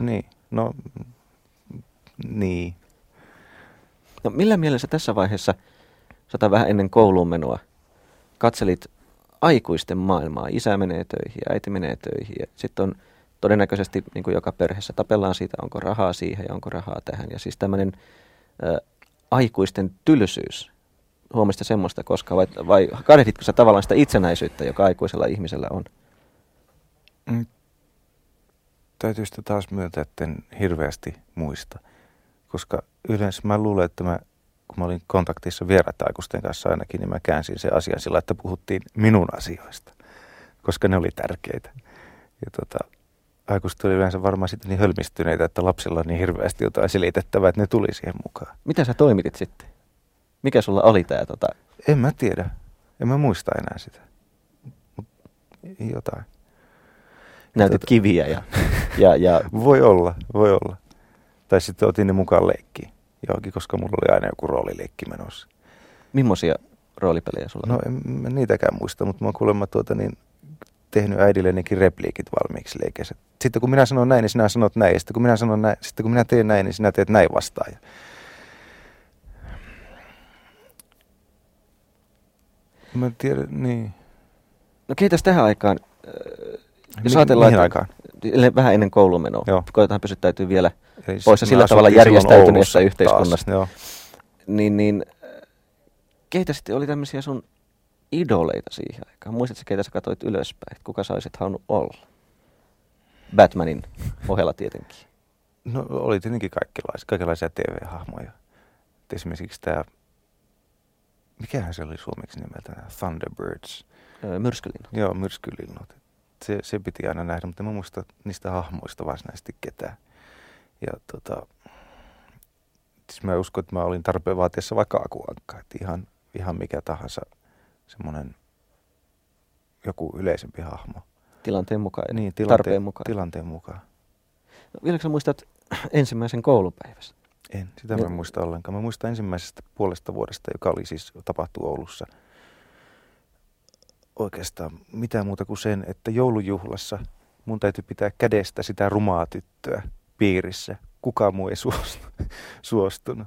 Niin. No millä mielessä tässä vaiheessa, vähän ennen kouluun menoa, katselit aikuisten maailmaa? Isä menee töihin ja äiti menee töihin ja sitten on todennäköisesti niin kuin joka perheessä tapellaan siitä, onko rahaa siihen ja onko rahaa tähän. Ja siis tämmöinen aikuisten tylsyys, huomista semmoista koskaan, vai kadehditko sä tavallaan sitä itsenäisyyttä, joka aikuisella ihmisellä on? Täytyy sitä taas myöntää, että en hirveästi muista, koska yleensä mä luulen, että kun mä olin kontaktissa vieraita aikuisten kanssa ainakin, niin mä käänsin sen asian sillä, että puhuttiin minun asioista, koska ne oli tärkeitä. Ja aikuiset oli yleensä varmaan sitten niin hölmistyneitä, että lapsilla on niin hirveästi jotain selitettävää, että ne tuli siihen mukaan. Mitä sä toimitit sitten? Mikä sulla oli tää En mä tiedä. En mä muista enää sitä. Jotain. Näytit kiviä ja... Voi olla. Tai sitten otin ne mukaan leikkiin johonkin, koska mulla oli aina joku roolileikki menossa. Millaisia roolipelejä sulla oli? No en niitäkään muista, mutta mä oon kuulemma tehnyt äidillenikin repliikit valmiiksi leikeissä. Sitten kun minä sanon näin, niin sinä sanot näin. Ja sitten kun minä sanon näin, sitten kun minä teen näin, niin sinä teet näin vastaan. Mä tiedän, niin. No keitäs tähän aikaan? Jos mihin aikaan? Vähän ennen kouluun menoa. Koetaan pysyttäytyy vielä poissa sillä tavalla järjestäytyneessä yhteiskunnasta. Taas, niin keitä sitten oli tämmöisiä sun idoleita siihen aikaan? Muistatko, keitä sä katsoit ylöspäin? Kuka sä olisit halunnut olla? Batmanin ohella tietenkin. No oli tietenkin kaikenlaisia TV-hahmoja. Et esimerkiksi tämä, mikähän se oli suomeksi nimeltä, Thunderbirds. Myrskylinnut. Joo, myrskylinnut. Se piti aina nähdä, mutta en mä muista niistä hahmoista varsinaisesti ketään. Ja siis mä uskon, että mä olin tarpeen vaatiessa vaikka Aku-Ankka. Että ihan mikä tahansa semmoinen joku yleisempi hahmo. Tilanteen mukaan. Niin, tarpeen mukaan. Tilanteen mukaan. No, vieläkö sä muistat ensimmäisen koulupäivässä? En, sitä mä en muista ollenkaan. Mä muistan ensimmäisestä puolesta vuodesta, joka oli siis tapahtui Oulussa. Oikeastaan mitään muuta kuin sen, että joulujuhlassa mun täytyy pitää kädestä sitä rumaa tyttöä piirissä. Kukaan muu ei suostunut.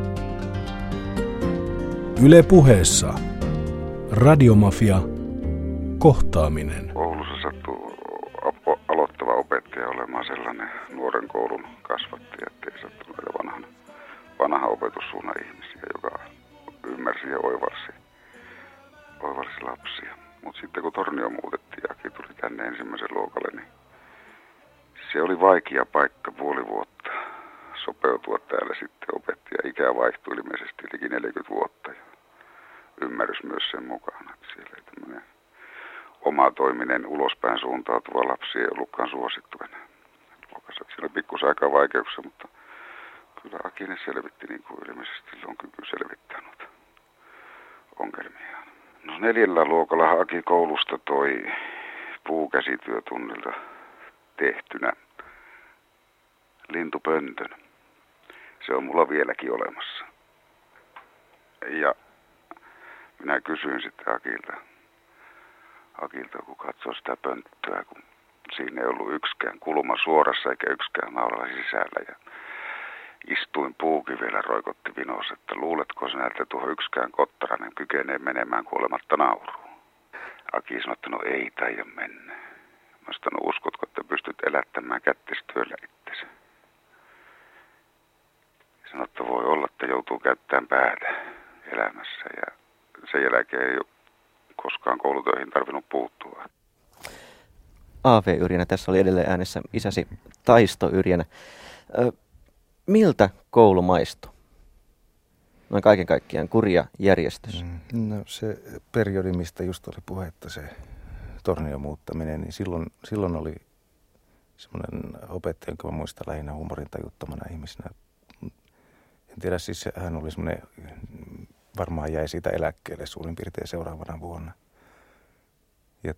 Yle Puheessa. Radiomafia. Kohtaaminen. Oulussa sattuu aloittava opettaja olemaan sellainen nuoren koulun kasvattaja, ettei sattunut näitä vanhan opetussuunnan ihmisiä, joka ymmärsi ja oivalsi lapsia. Mutta sitten kun Tornio muutettiin ja Aki tuli tänne ensimmäisen luokalle, niin se oli vaikea paikka puoli vuotta sopeutua täällä sitten. Opettaja ikä vaihtui ilmeisesti liki 40 vuotta ja ymmärrys myös sen mukana, että siellä ei tämmöinen omatoiminen ulospäin suuntautuva lapsi ei ollutkaan suosittu enää. Luokassa, siellä oli pikkusen aikaa vaikeuksia, mutta kyllä Akine selvitti niin kuin ilmeisesti sillä on kyky selvittää noita ongelmia. No 4. luokalla Aki koulusta toi puukäsityötunnilta tehtynä lintupöntön. Se on mulla vieläkin olemassa. Ja minä kysyin sitten Akilta, kun katsoi sitä pönttöä, kun siinä ei ollut yksikään kulma suorassa eikä yksikään naulalla sisällä. Ja istuin puukivillä roikotti vinossa, että luuletko sinä, että tuohon yksikään kottarainen kykenee menemään kuolematta nauruun. Aki sanoi, että no ei taida mennä. Mä sanoin, no uskotko, että pystyt elättämään kättistyöllä itsesi? Sanoi, että voi olla, että joutuu käyttämään päätä elämässä ja sen jälkeen ei ole koskaan koulutöihin tarvinnut puuttua. AV-Yrjänä, tässä oli edelleen äänessä isäsi Taisto Yrjänä. Miltä koulu maistui? Noin kaiken kaikkiaan kurja järjestys. No se periodi, mistä just oli puhetta, se Tornion muuttaminen, niin silloin oli semmoinen opettaja, jonka mä muistan lähinnä huumorintajuttomana ihmisenä. En tiedä, siis hän oli semmoinen, varmaan jäi siitä eläkkeelle suurin piirtein seuraavana vuonna. Ja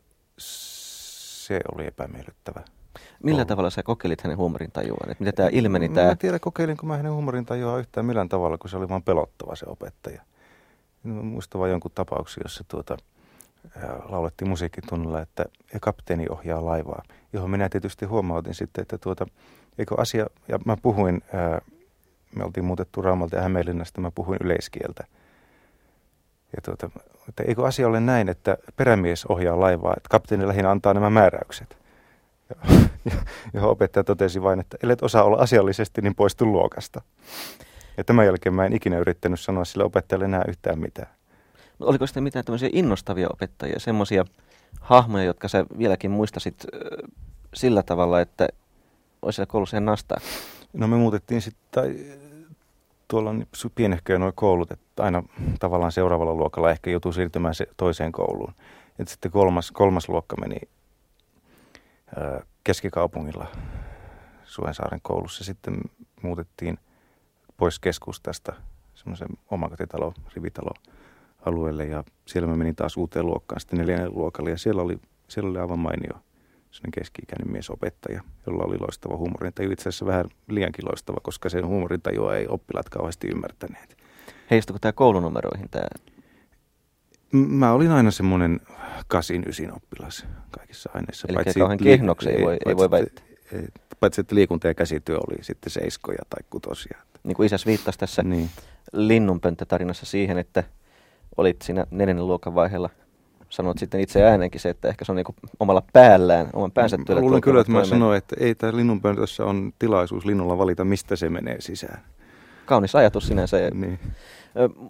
se oli epämiellyttävä. Millä tavalla sä kokeilit hänen huumorintajuaan? Että mitä tämä ilmeni? Mä en tiedä, kokeilinko mä hänen huumorintajuaan yhtään millään tavalla, kun se oli vaan pelottava se opettaja. Mä muistan vaan jonkun tapauksen, jossa laulettiin musiikkitunnilla, että kapteeni ohjaa laivaa, johon minä tietysti huomautin sitten, että eikö asia, ja mä puhuin, me oltiin muutettu Raumalta ja Hämeenlinnasta, mä puhuin yleiskieltä. Ja että eikö asia ole näin, että perämies ohjaa laivaa, että kapteeni lähinnä antaa nämä määräykset. Ja opettaja totesi vain, että ellet osaa olla asiallisesti, niin poistu luokasta. Ja tämän jälkeen mä en ikinä yrittänyt sanoa sille opettajalle enää yhtään mitään. No, oliko sitten mitään tämmöisiä innostavia opettajia, semmoisia hahmoja, jotka sä vieläkin muistasit sillä tavalla, että olisi siellä koulussa ihan nastaa? No me muutettiin sitten, tuolla on pienehköjä nuo koulut, että aina tavallaan seuraavalla luokalla ehkä joutuu siirtymään toiseen kouluun. Että sitten kolmas luokka meni keskikaupungilla Suensaaren koulussa. Sitten muutettiin pois keskustasta semmoisen omakotitalo, rivitaloalueelle ja siellä mä menin taas uuteen luokkaan, sitten 4. luokalle ja siellä oli aivan mainio semmoinen keski-ikäinen miesopettaja, jolla oli loistava huumorintaju. Itse asiassa vähän liiankin loistava, koska sen huumorintajua ei oppilaat kauheasti ymmärtäneet. Heistuiko tämä koulunumeroihin tämä? Mä olin aina semmoinen 8-9 oppilas kaikissa aineissa. Eli kauhean kehnoksi ei voi väittää. Paitsi että liikunta- ja käsityö oli sitten 7 tai 6. Niin kuin isäs viittasi tässä linnunpönttötarinassa siihen, että olit siinä 4. luokan vaiheella. Sanoit sitten itse äänenkin se, että ehkä se on niin omalla päällään, oman päänsä työllä. Luulen kyllä, että mä sanoin, että ei tämä linnunpöntössä on tilaisuus linnulla valita, mistä se menee sisään. Kaunis ajatus sinänsä. Niin.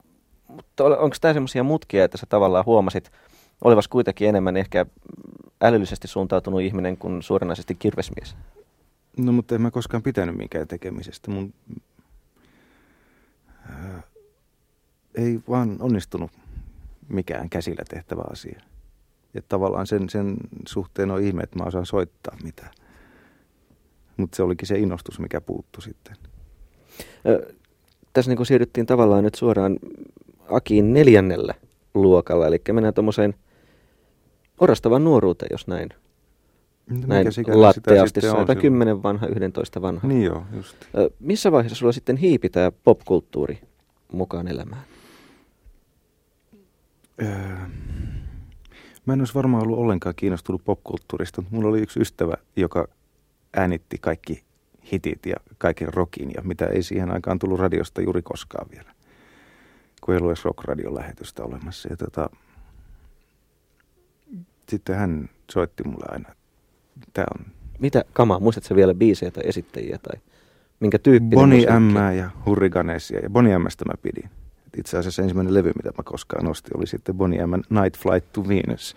Mutta onko tämä semmoisia mutkia, että sä tavallaan huomasit olevas kuitenkin enemmän ehkä älyllisesti suuntautunut ihminen kuin suoranaisesti kirvesmies? No, mutta en mä koskaan pitänyt minkään tekemisestä. Ei vaan onnistunut mikään käsillä tehtävä asia. Ja tavallaan sen suhteen on ihme, että mä osaan soittaa mitään. Mutta se olikin se innostus, mikä puuttui sitten. Tässä niin siirryttiin tavallaan nyt suoraan Akiin 4. luokalla, eli mennään tuommoiseen orastavaan nuoruuteen, jos näin. Näin latteasti, 10 vanha, 11 vanha. Niin joo, just. Missä vaiheessa sulla sitten hiipi tämä popkulttuuri mukaan elämään? Mä en olisi varmaan ollut ollenkaan kiinnostunut popkulttuurista, mutta mulla oli yksi ystävä, joka äänitti kaikki hitit ja kaiken rockin, ja mitä ei siihen aikaan tullut radiosta juuri koskaan vielä, kun ei ollut edes rock-radion lähetystä olemassa. Ja sitten hän soitti mulle aina, tää on... Mitä kamaa? Muistatko vielä biisejä tai esittäjiä tai minkä tyyppinen Bonnie M ja Hurriganesia, ja Bonnie M:stä mä pidin. Itse asiassa ensimmäinen levy, mitä mä koskaan nostin, oli sitten Bonnie M:n Night Flight to Venus.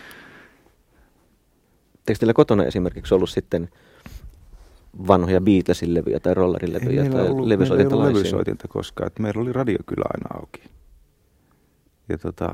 Eikö teillä kotona esimerkiksi ollut sitten vanhoja Beatlesin levyjä tai Rollerin levyjä tai levysoitinta laisia? Meillä ei ollut levysoitinta koskaan, että meillä oli radio kyllä aina auki. Ja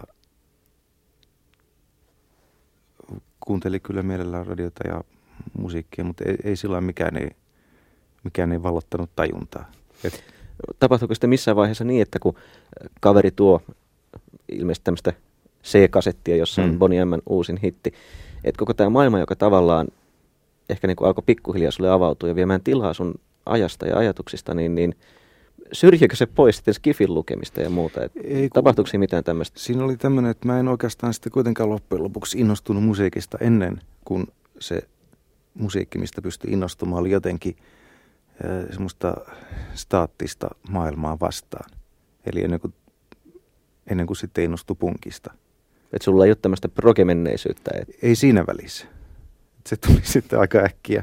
kuuntelin kyllä mielellään radiota ja musiikkia, mutta ei sillä mikään ei vallottanut tajuntaa. Tapahtuuko sitten missään vaiheessa niin, että kun kaveri tuo ilmeisesti tämmöistä C-kasettia, jossa on Bonnie M:n uusin hitti, että koko tämä maailma, joka tavallaan ehkä niin kuin alkoi pikkuhiljaa sulle avautua ja viemään tilaa sun ajasta ja ajatuksista, niin syrjikö se pois sitten skifin lukemista ja muuta? Tapahtuuko siinä mitään tämmöistä? Siinä oli tämmöinen, että mä en oikeastaan sitten kuitenkaan loppujen lopuksi innostunut musiikista ennen kuin se musiikki, mistä pystyi innostumaan, oli jotenkin semmoista staattista maailmaa vastaan. Eli ennen kuin sitten innostui punkista. Että sulla ei ole tämmöistä progemenneisyyttä? Ei siinä välissä. Se tuli sitten aika äkkiä.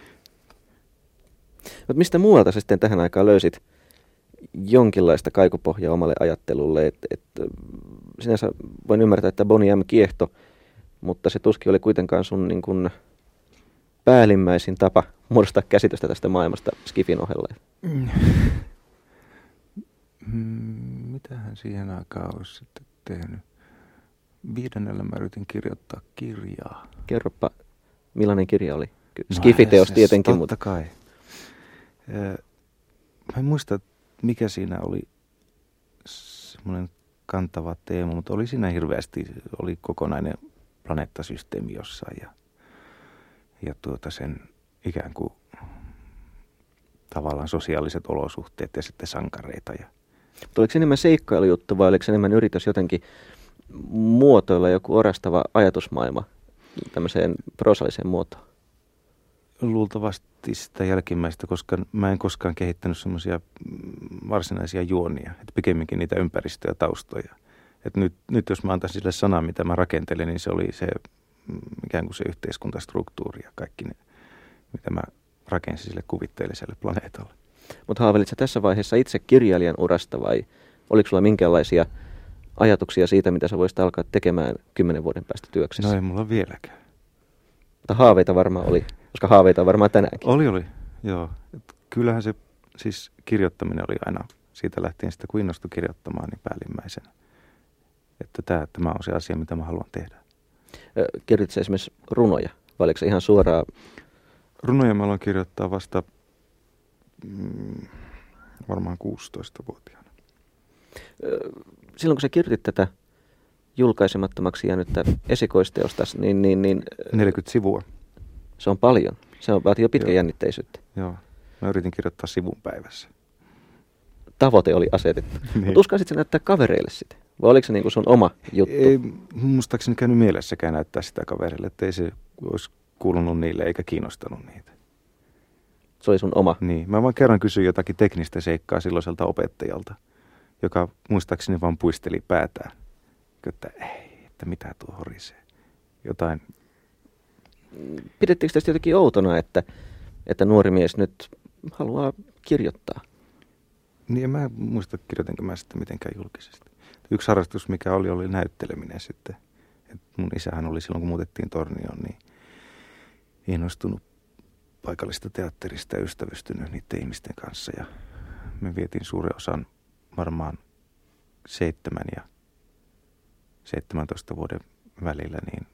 Mutta mistä muualta sä sitten tähän aikaan löysit jonkinlaista kaikupohjaa omalle ajattelulle? Sinänsä voin ymmärtää, että Bonnie M kiehto, mutta se tuskin oli kuitenkaan sun niin kuin päällimmäisin tapa muodostaa käsitystä tästä maailmasta skifin ohella. Mitähän siihen aikaan olisi sitten tehnyt? 5. mä yritin kirjoittaa kirjaa. Kerropa, millainen kirja oli? Skifiteos tietenkin. Totta kai. Mä en muista, mikä siinä oli semmoinen kantava teema, mutta oli siinä hirveästi, oli kokonainen planeettasysteemi jossain ja sen ikään kuin tavallaan sosiaaliset olosuhteet ja sitten sankareita. Oliko se enemmän seikkailujuttu vai oliko se enemmän yritys jotenkin muotoilla joku orastava ajatusmaailma tämmöiseen prosalliseen muotoon? Luultavasti sitä jälkimmäistä, koska mä en koskaan kehittänyt semmoisia varsinaisia juonia, että pikemminkin niitä ympäristöjä ja taustoja. Että nyt jos mä antaisin sille sanan, mitä mä rakentelin, niin se oli se ikään kuin se yhteiskuntastruktuuri ja kaikki ne, mitä mä rakensin sille kuvitteelliselle planeetalle. Mutta haavelit sä tässä vaiheessa itse kirjailijan urasta vai oliko sulla minkälaisia ajatuksia siitä, mitä sä voisit alkaa tekemään 10 vuoden päästä työksessä? No ei mulla vieläkään. Mutta haaveita varmaan oli, koska haaveita on varmaan tänäänkin. Oli, joo. Kyllähän se siis kirjoittaminen oli aina, siitä lähtien sitä kun innostui kirjoittamaan, niin päällimmäisenä. Että tämä on se asia, mitä mä haluan tehdä. Kirjoitit sä esimerkiksi runoja, vai oliko se ihan suoraan? Runoja mä aloin kirjoittaa vasta varmaan 16-vuotiaana. Silloin kun sä kirjoitit tätä julkaisemattomaksi jäänyttä esikoisteosta, niin 40 sivua. Se on paljon. Se vaatii jo pitkäjännitteisyyttä. Joo. Mä yritin kirjoittaa sivun päivässä. Tavoite oli asetettu. Niin. Mutta uskaisit sä näyttää kavereille sitä? Vai oliko se niin kuin sun oma juttu? Ei muistaakseni käynyt mielessäkään näyttää sitä kaverille, että ei se olisi kuulunut niille eikä kiinnostanut niitä. Se oli sun oma? Niin. Mä vaan kerran kysyin jotakin teknistä seikkaa silloiselta opettajalta, joka muistaakseni vaan puisteli päätään. Että mitä tuo horisee. Jotain. Pidettiinkö tästä jotenkin outona, että nuori mies nyt haluaa kirjoittaa? Niin, en mä muista, kirjoitinko mä sitä mitenkään julkisesti. Yksi harrastus, mikä oli näytteleminen sitten. Et mun isähän oli silloin, kun muutettiin Tornioon, niin innostunut paikallista teatterista ja ystävystynyt niiden ihmisten kanssa. Ja me vietiin suuren osan varmaan 7 ja 17 vuoden välillä niin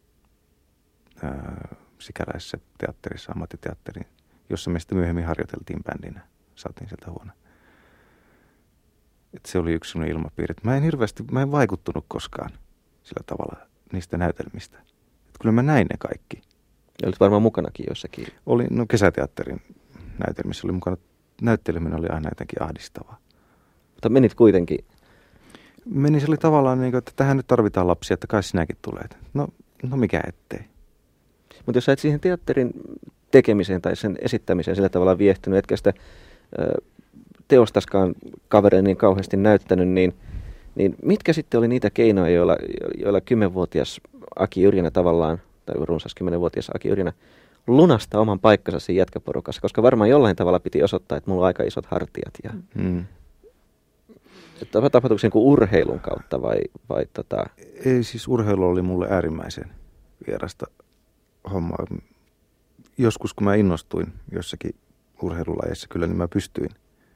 Sikäläisessä teatterissa, ammattiteatterin, jossa me sitten myöhemmin harjoiteltiin bändinä. Saatiin sieltä huone. Et se oli yksi sellainen ilmapiiri. Mä en vaikuttunut koskaan sillä tavalla niistä näytelmistä. Et kyllä mä näin ne kaikki. Ja olit varmaan mukanakin jossakin. Oli, kesäteatterin näytelmissä oli mukana. Näytteleminen oli aina jotenkin ahdistavaa. Mutta menit kuitenkin. Se oli tavallaan niin kuin, että tähän nyt tarvitaan lapsia, että kai sinäkin tulet. No mikä ettei. Mutta jos sä et siihen teatterin tekemiseen tai sen esittämiseen sillä tavalla viehtynyt, etkä sitä teostaskaan kavereille niin kauheasti näyttänyt, niin mitkä sitten oli niitä keinoja, joilla 10-vuotias Aki Yrjänä tavallaan, tai runsas 10-vuotias Aki Yrjänä, lunastaa oman paikkansa siinä jätkäporukassa, koska varmaan jollain tavalla piti osoittaa, että mulla on aika isot hartiat. Ja tapahtuiko se niin urheilun kautta vai Ei, siis urheilu oli mulle äärimmäisen vierasta hommaa. Joskus kun mä innostuin jossakin urheilulajeissa, kyllä niin mä pystyin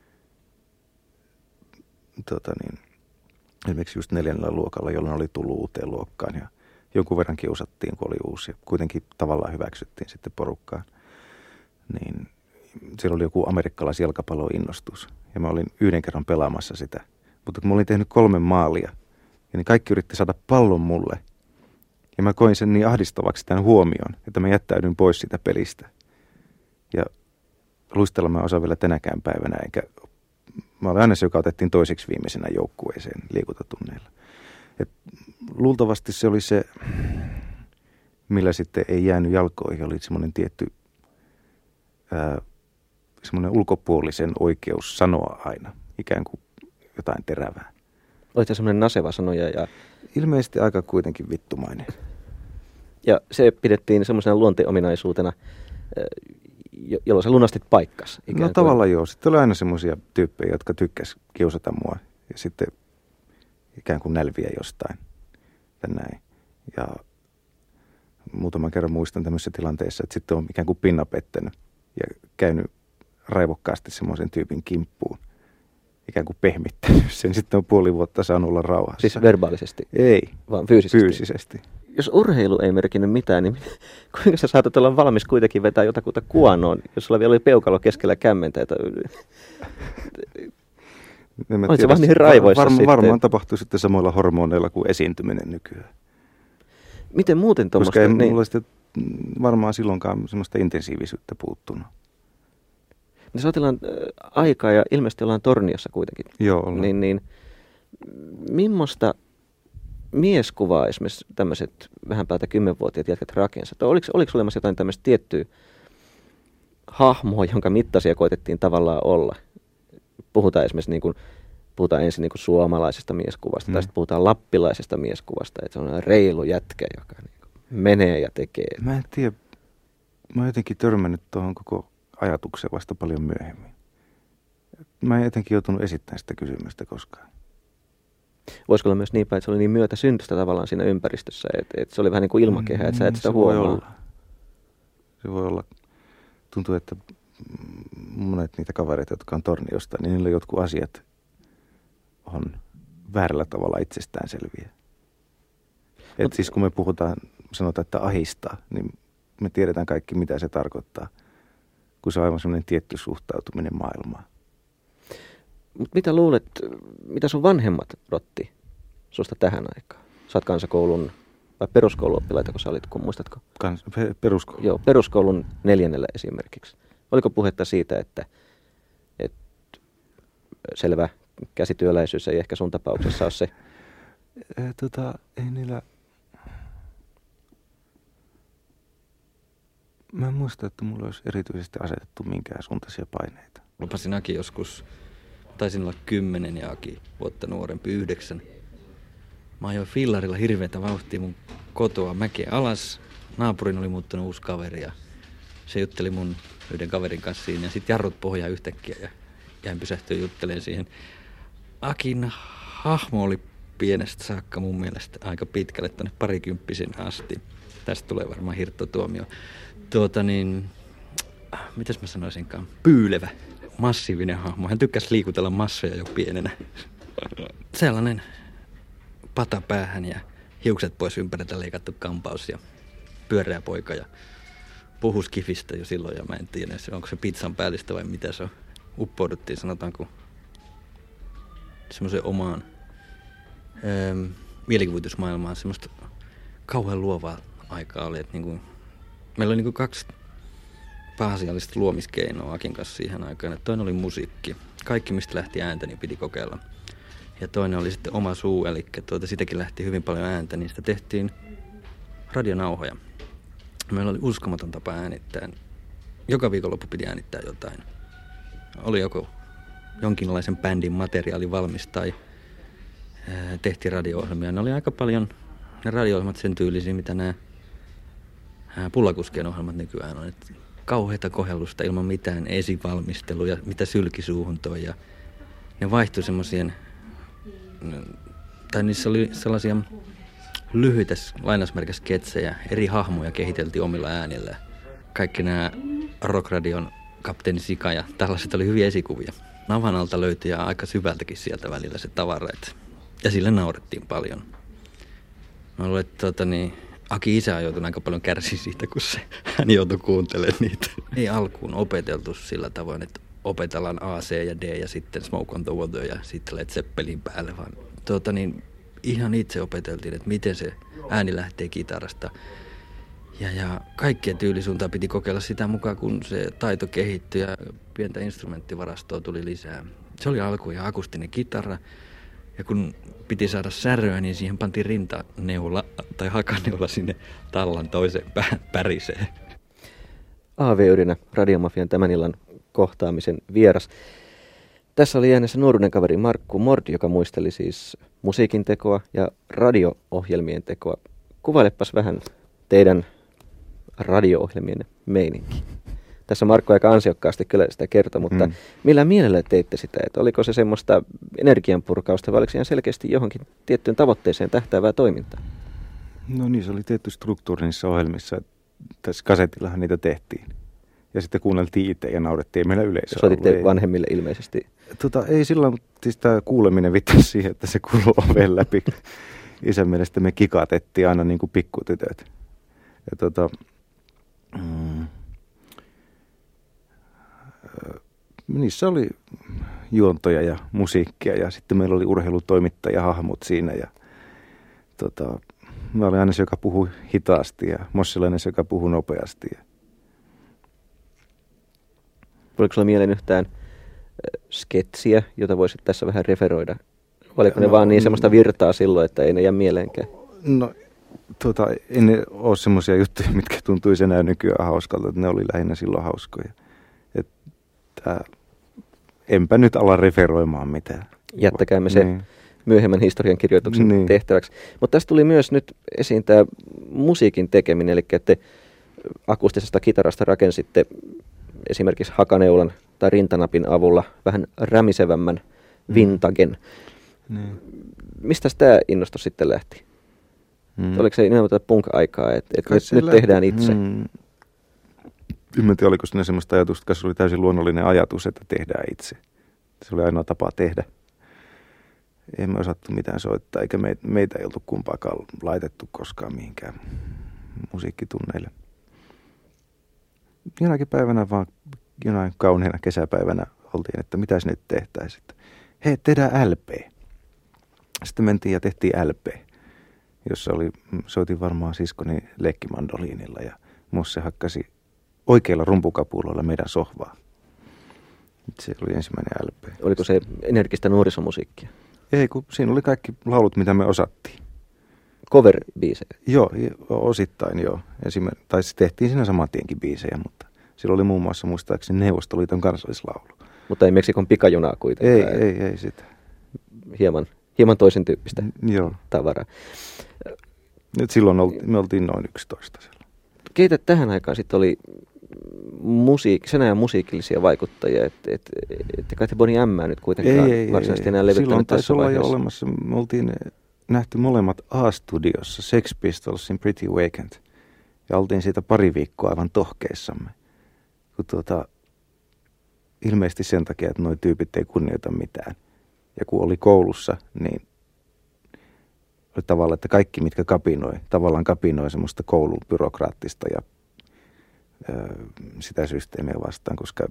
esimerkiksi just 4. luokalla, jolloin oli tullut uuteen luokkaan ja jonkun verran kiusattiin, kun oli uusi ja kuitenkin tavallaan hyväksyttiin sitten porukkaan. Niin siellä oli joku amerikkalaisjalkapalloinnostus ja mä olin 1 kerran pelaamassa sitä. Mutta kun mä olin tehnyt 3 maalia, ja niin kaikki yritti saada pallon mulle. Ja mä koin sen niin ahdistavaksi tämän huomion, että mä jättäydyin pois siitä pelistä. Ja luistella mä osaan vielä tänäkään päivänä, mä olin aina se, joka otettiin toiseksi viimeisenä joukkueeseen liikuntatunneilla. Et luultavasti se oli se, millä sitten ei jäänyt jalkoihin, oli semmoinen tietty semmoinen ulkopuolisen oikeus sanoa aina, ikään kuin jotain terävää. Olit se semmoinen naseva sanoja ja ilmeisesti aika kuitenkin vittumainen. Ja se pidettiin semmoisena luonteenominaisuutena, jolloin sä lunastit paikkas. No tavallaan joo. Sitten oli aina semmoisia tyyppejä, jotka tykkäs kiusata mua ja sitten ikään kuin nälviä jostain ja näin. Ja muutaman kerran muistan tämmöisessä tilanteessa, että sitten on ikään kuin pinna pettänyt ja käynyt raivokkaasti semmoisen tyypin kimppuun. Ikään kuin pehmittänyt sen. Sitten on 5 vuotta saanut olla rauhassa. Siis verbaalisesti? Ei. Vaan fyysisesti? Fyysisesti. Jos urheilu ei merkinnyt mitään, niin kuinka sä saatat olla valmis kuitenkin vetää jotakuta kuonoon, jos sulla vielä oli peukalo keskellä kämmentä? Olit se vaan niin raivoissa sitten? Varmaan tapahtui sitten samoilla hormoneilla kuin esiintyminen nykyään. Miten muuten tuommoista? Koska ei mulla sitten varmaan silloinkaan semmoista intensiivisyyttä puuttunut. Niin sä otillaan aikaa ja ilmeisesti ollaan Torniossa kuitenkin. Joo, ollaan. Niin millaista mieskuvaa esimerkiksi tämmöiset vähän päältä 10-vuotiaat jätkät rakensivat? Oliko olemassa jotain tämmöistä tiettyä hahmoa, jonka mittaisia koetettiin tavallaan olla? Puhutaan esimerkiksi puhutaan ensin niin kuin suomalaisesta mieskuvasta tai sitten puhutaan lappilaisesta mieskuvasta, että se on reilu jätkä, joka niin menee ja tekee. Mä en tiedä. Mä oon jotenkin törmännyt tuohon koko ajatukseen vasta paljon myöhemmin. Mä en jotenkin joutunut esittämään sitä kysymystä koskaan. Voisiko olla myös niin päin, että se oli niin myötäsyntystä tavallaan siinä ympäristössä, että se oli vähän niin kuin ilmakehä, että sä et sitä huomaa. Se voi olla. Tuntuu, että monet niitä kavereita, jotka on Torniosta, niin niillä jotkut asiat on väärällä tavalla itsestäänselviä. Siis kun me sanotaan, että ahistaa, niin me tiedetään kaikki, mitä se tarkoittaa, kun se on aivan semmoinen tietty suhtautuminen maailmaan. Mutta mitä luulet, mitä sun vanhemmat rotti susta tähän aikaan? Sä oot kansakoulun vai peruskouluoppilaita, kun sä olit, kun muistatko? Peruskoulu. Joo, peruskoulun 4. esimerkiksi. Oliko puhetta siitä, että selvä käsityöläisyys ei ehkä sun tapauksessa ole se? Ei niillä. Mä en muista, että mulla olisi erityisesti asetettu minkään suuntaisia paineita. Lupasin Aki joskus, taisin olla 10 ja Aki vuotta nuorempi 9. Mä ajoin fillarilla hirveätä vauhtia mun kotoa mäkeä alas. Naapurin oli muuttanut uusi kaveri ja se jutteli mun yhden kaverin kanssa siinä ja sit jarrut pohjaa yhtäkkiä ja jäin pysähtyä juttelemaan siihen. Akin hahmo oli pienestä saakka mun mielestä aika pitkälle tuonne parikymppisin asti. Tästä tulee varmaan hirttotuomio. Mitäs mä sanoisinkaan? Pyylevä, massiivinen hahmo. Hän tykkäsi liikutella massoja jo pienenä. Sellainen pata päähän ja hiukset pois ympäriltä leikattu kampaus ja pyöreä poika ja puhus kifistä jo silloin. Ja mä en tiedä, onko se pizzan päällistä vai mitä se on. Uppouduttiin, sanotaanko, semmoiseen omaan mielikuvitusmaailmaan. Semmoista kauhean luovaa aikaa oli. Että niinku, meillä oli niinku 2 pääasiallista luomiskeinoa Akin kanssa siihen aikaan. Että toinen oli musiikki. Kaikki, mistä lähti ääntä, niin piti kokeilla. Ja toinen oli sitten oma suu, eli sitäkin lähti hyvin paljon ääntä. Niin sitä tehtiin radionauhoja. Meillä oli uskomaton tapa äänittää. Joka viikonloppu piti äänittää jotain. Oli joko jonkinlaisen bändin materiaali valmis tai tehtiin radio-ohjelmia. Ne oli aika paljon ne radio-ohjelmat sen tyylisiä, mitä nämä pullakuskien ohjelmat nykyään on. Et kauheita kohellusta ilman mitään esivalmisteluja, mitä sylkisuuhun toi. Ja ne vaihtui semmoisien, tai niissä oli sellaisia lyhyitä lainausmerkissä sketsejä, eri hahmoja kehiteltiin omilla äänillä. Kaikki nämä Rockradion Kapteeni Sika ja tällaiset oli hyviä esikuvia. Navan alta löytyi ja aika syvältäkin sieltä välillä se tavara, ja sille naurettiin paljon. Mä luulen, että Aki isä joutui aika paljon kärsiä siitä, kun hän joutui kuuntelemaan niitä. Ei alkuun opeteltu sillä tavoin, että opetellaan A, C ja D ja sitten Smoke on the Water ja sitten Led Zeppelin päälle, vaan ihan itse opeteltiin, että miten se ääni lähtee kitarasta. Ja kaikkien tyylisuuntaa piti kokeilla sitä mukaan, kun se taito kehittyi ja pientä instrumenttivarastoa tuli lisää. Se oli alku ja akustinen kitara. Ja kun piti saada säröä, niin siihen pantiin rintaneula tai hakaneula sinne tallan toiseen päriseen. AV-ydinä Radiomafian tämän illan kohtaamisen vieras. Tässä oli äänessä nuoruuden kaveri Markku Mord, joka muisteli siis musiikin tekoa ja radio-ohjelmien tekoa. Kuvailepas vähän teidän radio-ohjelmien meininki. Tässä Markku aika ansiokkaasti kyllä sitä kertoi, mutta millä mielellä teitte sitä? Että oliko se semmoista energianpurkausta vai oliko ihan selkeästi johonkin tiettyyn tavoitteeseen tähtäävää toimintaa? No niin, se oli tietty struktuuri niissä ohjelmissa. Tässä kasetillahan niitä tehtiin. Ja sitten kuunneltiin itse ja naurettiin meillä yleisöä. Soititte vanhemmille ilmeisesti? Ei silloin, mutta tämä kuuleminen vittasi siihen, että se kuului oven läpi. Isän mielestä me kikatettiin aina niin kuin pikkutytöt. Ja niissä oli juontoja ja musiikkia ja sitten meillä oli urheilutoimittaja hahmot siinä ja mä olin aina se, joka puhui hitaasti ja Mossilainen se, joka puhui nopeasti. Oliko sulla mieleen yhtään sketsiä, jota voisit tässä vähän referoida? Oliko ne vaan niin semmoista virtaa silloin, että ei ne jää mieleenkään? No ei ne ole semmoisia juttuja, mitkä tuntuisi enää nykyään hauskalta, että ne oli lähinnä silloin hauskoja. Enpä nyt ala referoimaan mitään. Jättäkäämme se myöhemmän historiankirjoituksen tehtäväksi. Mutta tässä tuli myös nyt esiin tämä musiikin tekeminen, eli että akustisesta kitarasta rakensitte esimerkiksi hakaneulan tai rintanapin avulla vähän rämisevämmän vintagen. Mistä tämä innostus sitten lähti? Oliko se nimenomaan punk-aikaa, että nyt tehdään itse? En tiedä, oliko siinä semmoista ajatusta, koska se oli täysin luonnollinen ajatus, että tehdään itse. Se oli ainoa tapa tehdä. Emme osattu mitään soittaa, eikä meitä ei oltu kumpaakaan laitettu koskaan mihinkään musiikkitunneille. Jonakin päivänä vaan, jonain kauneena kesäpäivänä oltiin, että mitäs nyt tehtäisiin. Hei, tehdään LP. Sitten mentiin ja tehtiin LP, jossa soitin varmaan siskoni leikkimandoliinilla ja Mosse hakkasi oikeilla rumpukapuloilla meidän sohvaa. Se oli ensimmäinen LP. Oliko se energistä nuorisomusiikkia? Ei, kun siinä oli kaikki laulut, mitä me osattiin. Cover-biisejä? Joo, osittain joo. Tai tehtiin siinä saman tienkin biisejä, mutta sillä oli muun muassa muistaakseni Neuvostoliiton kansallislaulu. Mutta ei Meksikon pikajunaa kuitenkaan. Ei sitä. Hieman toisen tyyppistä tavaraa. Nyt silloin me oltiin noin 11 siellä. Keitä tähän aikaan sitten oli sen ajan musiikillisia vaikuttajia? Että kai te Bonnie M nyt kuitenkaan varsinaisesti enää levyttänyt silloin taisi tässä olla vaiheessa. jo olemassa. Me oltiin nähty molemmat A-studiossa Sex Pistolsin Pretty Vacant. Ja oltiin siitä pari viikkoa aivan tohkeissamme. Kun ilmeisesti sen takia, että nuo tyypit ei kunnioita mitään. Ja kun oli koulussa, niin oli tavallaan, että kaikki mitkä kapinoi semmoista koulun byrokraattista ja sitä systeemiä vastaan, koska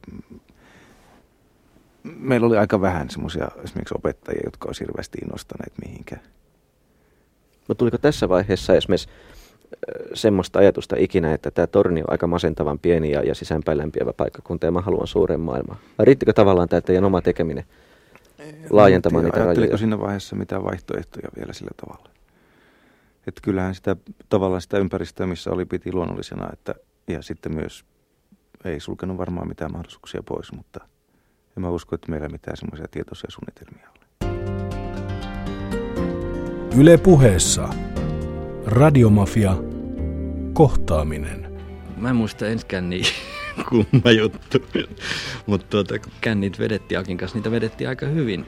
meillä oli aika vähän semmoisia esimerkiksi opettajia, jotka olisi hirveästi innostaneet mihinkään. No tuliko tässä vaiheessa esimerkiksi semmoista ajatusta ikinä, että tämä torni on aika masentavan pieni ja sisäänpäin lämpiävä paikkakunta ja mä haluan suuren maailman? Vai riittikö tavallaan tämä teidän oma tekeminen laajentamaan niitä rajoja? Ajatteliko siinä vaiheessa mitään vaihtoehtoja vielä sillä tavalla? Että kyllähän sitä ympäristöä, missä oli, piti luonnollisena, ja sitten myös ei sulkenut varmaan mitään mahdollisuuksia pois, mutta en mä usko, että meillä mitään semmoisia tietoisia suunnitelmia ole. Yle Puheessa. Radiomafia. Kohtaaminen. Mä en muista ensi känniä, kumma juttu. Mutta kännit vedettiin Akin kanssa, niitä vedettiin aika hyvin.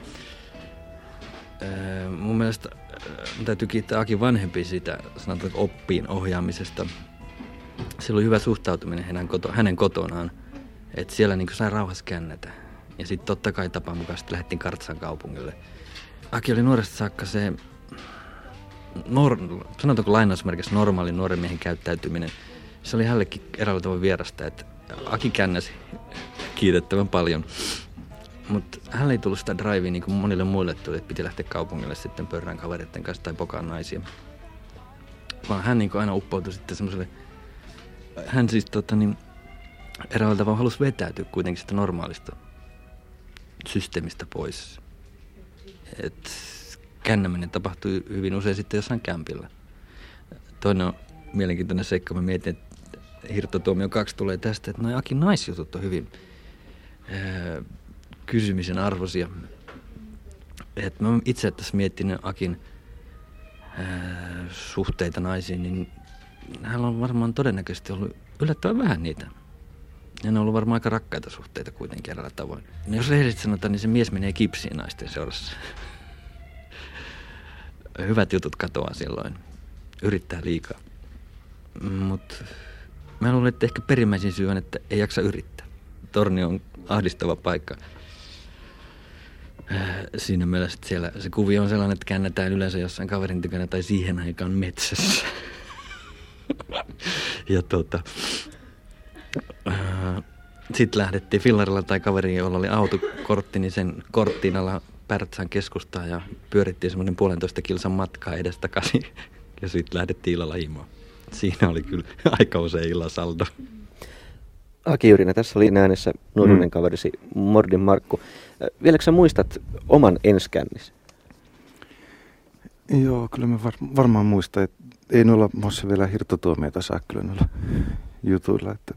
Mun mielestä täytyy kiittää Akin vanhempia siitä, sanotaan oppiin ohjaamisesta. Sillä oli hyvä suhtautuminen hänen kotonaan, että siellä niin sai rauhassa kännätä. Ja sitten totta kai tapaan mukaan sitten lähdettiin Kartsan kaupungille. Aki oli nuoresta saakka se, sanotaanko lainausmerkissä normaali nuoren miehen käyttäytyminen. Se oli hänellekin eräällä tavalla vierasta, että Aki kännäsi kiitettävän paljon. Mutta hänelle ei tullut sitä drivea niin kuin monille muille tuli, että piti lähteä kaupungille sitten pörrään kavereiden kanssa tai pokaan naisia. Vaan hän niin kuin aina uppoutui sitten semmoiselle, hän siis eräällä tavalla halusi vetäytyä kuitenkin sitä normaalista systeemistä pois. Et kännäminen tapahtui hyvin usein sitten jossain kämpillä. Toinen on mielenkiintoinen seikka, mä mietin, että Hirttotuomio 2 tulee tästä, että noi Akin naisjutut on hyvin kysymisen arvoisia. Et mä itse tässä miettinyt Akin suhteita naisiin, niin hänellä on varmaan todennäköisesti ollut yllättävän vähän niitä. Ja ne on ollut varmaan aika rakkaita suhteita kuitenkin eräällä tavoin. No jos rehellisesti sanotaan, niin se mies menee kipsiin naisten seurassa. Hyvät jutut katoaa silloin. Yrittää liikaa. Mutta mä luulen, että ehkä perimmäisin syy on, että ei jaksa yrittää. Torni on ahdistava paikka. Siinä mielessä, että siellä se kuvio on sellainen, että käännetään yleensä jossain kaverin tykönä tai siihen aikaan metsässä. Ja sitten lähdettiin fillarilla tai kaveriin, jolla oli autokortti, niin sen korttiin alla Pärtsän keskustaan ja pyörittiin semmoinen 1,5 kilsan matkaa edestakaisin. Ja sitten lähdettiin illalla himaan. Siinä oli kyllä aika usein illan saldo. Aki Jyrinen, tässä oli äänessä nuoruuden kaverisi Mordin Markku. Vieläkö sä muistat oman enskännis? Joo, kyllä mä varmaan muistan, että ei noilla Mosse vielä Hirttotuomioita saa kyllä noilla jutuilla. Että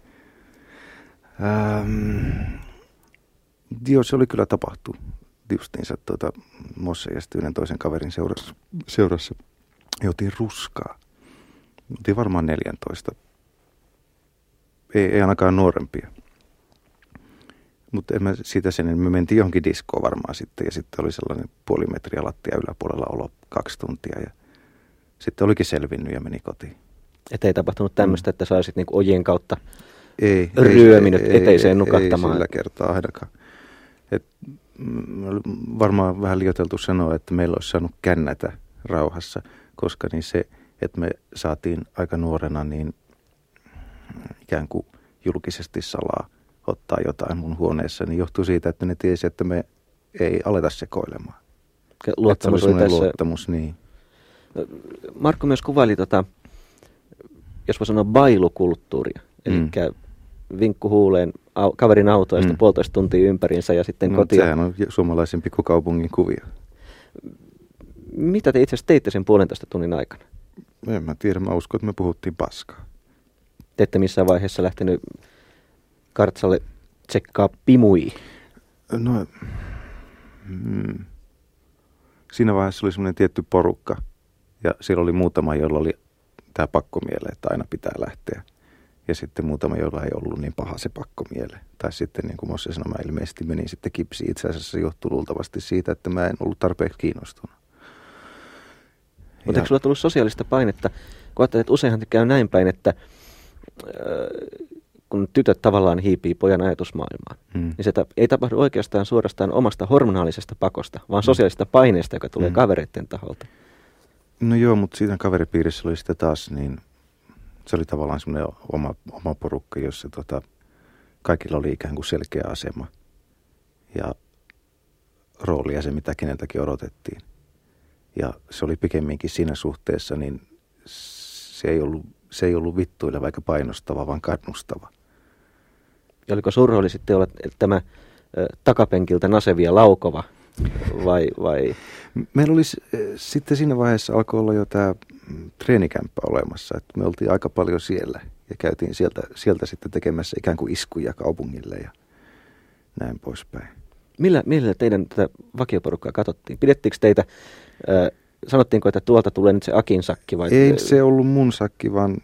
joo, se oli kyllä tapahtu justiinsa Mosse ja sitten yhden toisen kaverin seurassa jotiin ruskaa. Oltiin varmaan 14. Ei ainakaan nuorempia. Mutta me mentiin johonkin diskoon varmaan sitten ja sitten oli sellainen 0,5 metriä lattia yläpuolella olo 2 tuntia ja sitten olikin selvinnyt ja meni kotiin. Että ei tapahtunut tämmöistä, että saisit niinku ojien kautta ryöminyt eteiseen nukahtamaan? Ei sillä kertaa ainakaan. Varmaan vähän liioiteltu sanoa, että meillä olisi saanut kännätä rauhassa, koska niin se, että me saatiin aika nuorena niin ikään kuin julkisesti salaa ottaa jotain mun huoneessa, niin johtuu siitä, että ne tiesi, että me ei aleta sekoilemaan. Luottamus oli tässä. Luottamus, niin. Markku myös kuvaili jos voi sanoa bailukulttuuria, eli vinkku huuleen kaverin autoista 1,5 tuntia ympäriinsä ja sitten kotiin. Sehän on suomalaisen pikkukaupungin kuvia. Mitä te itse asiassa teitte sen 1,5 tunnin aikana? En mä tiedä, mä uskon, että me puhuttiin paskaa. Te ette missään vaiheessa lähtenyt Kartsalle tsekkaa pimui? No, siinä vaiheessa oli semmoinen tietty porukka ja siellä oli muutama, jolla oli tämä pakkomiele, että aina pitää lähteä. Ja sitten muutama, jolla ei ollut niin paha se pakkomiele. Tai sitten, niin kuin Mosse sanoi, mä ilmeisesti menin sitten kipsiin. Itse asiassa se johtui luultavasti siitä, että mä en ollut tarpeeksi kiinnostunut. Mutta eikö sulla tullut sosiaalista painetta, kun ajattelet, että useinhan käy näin päin, että kun tytöt tavallaan hiipii pojan ajatusmaailmaan, niin se ei tapahdu oikeastaan suorastaan omasta hormonaalisesta pakosta, vaan sosiaalista paineesta, joka tulee kavereiden taholta. No joo, mutta siinä kaveripiirissä oli sitten taas, niin se oli tavallaan semmoinen oma porukka, jossa kaikilla oli ikään kuin selkeä asema ja rooli ja se, mitä keneltäkin odotettiin. Ja se oli pikemminkin siinä suhteessa, niin se ei ollut vittuileva eikä painostava, vaan kannustava. Ja oliko sun rooli sitten olla tämä takapenkiltä nasevia laukova vai? Meillä oli sitten siinä vaiheessa alkoi olla jo tämä treenikämppä olemassa, että me oltiin aika paljon siellä ja käytiin sieltä sitten tekemässä ikään kuin iskuja kaupungille ja näin poispäin. Millä teidän tätä vakioporukkaa katsottiin? Pidettiinkö teitä, sanottiinko, että tuolta tulee nyt se Akin sakki? Vai? Ei se ollut mun sakki, vaan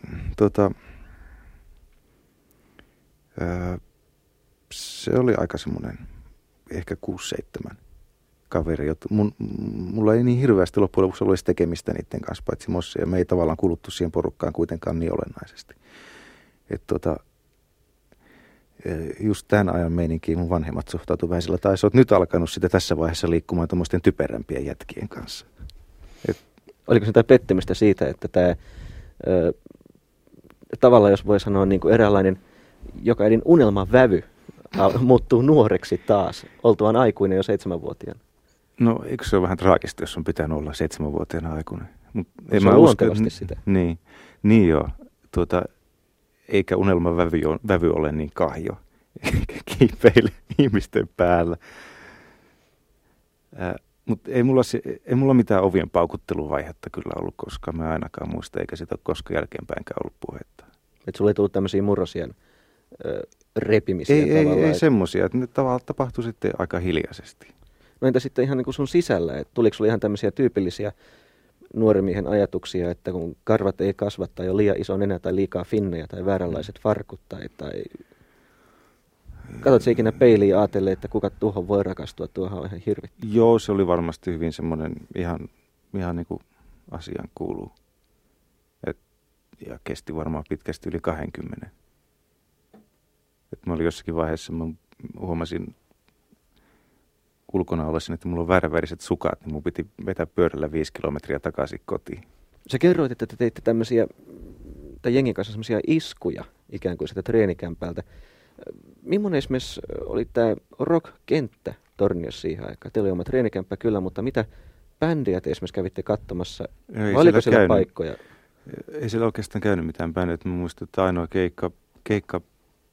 se oli aika semmoinen ehkä 6-7 kaveri. Mulla ei niin hirveästi loppujen lopuksi ollut tekemistä niiden kanssa, paitsi Mosse, ja me ei tavallaan kuluttu siihen porukkaan kuitenkaan niin olennaisesti. Just tämän ajan meininkiin mun vanhemmat suhtautuivat vähän sillä, tai sä oot nyt alkanut sitä tässä vaiheessa liikkumaan tommoisten typerämpien jätkien kanssa. Oliko se jotain pettymystä siitä, että tämä tavallaan, jos voi sanoa, niin kuin eräänlainen joka elin unelman vävy muuttuu nuoreksi taas, oltuaan aikuinen jo 7-vuotiaana? No eikö se ole vähän traagista, jos on pitänyt olla 7-vuotiaana aikuinen? Se on luontevasti sitä. Niin joo. Eikä unelman vävy ole niin kahjo, eikä kiipeile ihmisten päällä. Mutta ei mulla mitään ovien paukutteluvaihetta kyllä ollut koskaan. Mä ainakaan muista, eikä sitä ole koskaan jälkeenpäinkään ollut puhetta. Että sulla ei tullut tämmöisiä murrosien repimisiä Ei semmoisia. Ne tavallaan tapahtui sitten aika hiljaisesti. No entä sitten ihan niin kuin sun sisällä? Et tuliko sulla ihan tämmöisiä tyypillisiä nuoren miehen ajatuksia, että kun karvat ei kasva tai ole liian iso nenä tai liikaa finnejä tai vääränlaiset farkut tai katsotko ikinä peiliin ja ajattelee, että kuka tuohon voi rakastua, tuohon on ihan hirvittävä? Joo, se oli varmasti hyvin semmoinen ihan niin kuin asiaan kuuluu. Ja kesti varmaan pitkästi yli 20. Mä olin jossakin vaiheessa, mä huomasin ulkona ollessani, että mulla on vääränväriset sukat, niin mun piti vetää pyörällä 5 kilometriä takaisin kotiin. Sä kerroit, että te teitte tämmöisiä, tai jengin kanssa semmoisia iskuja ikään kuin sitä treenikämpältä. Millainen esimerkiksi oli tämä rock-kenttä Torniossa siihen aikaan? Teillä oli oma treenikämppä kyllä, mutta mitä bändejä te esimerkiksi kävitte katsomassa? Vai oliko siellä paikkoja? Ei siellä oikeastaan käynyt mitään bändejä. Mä muistan, että ainoa keikka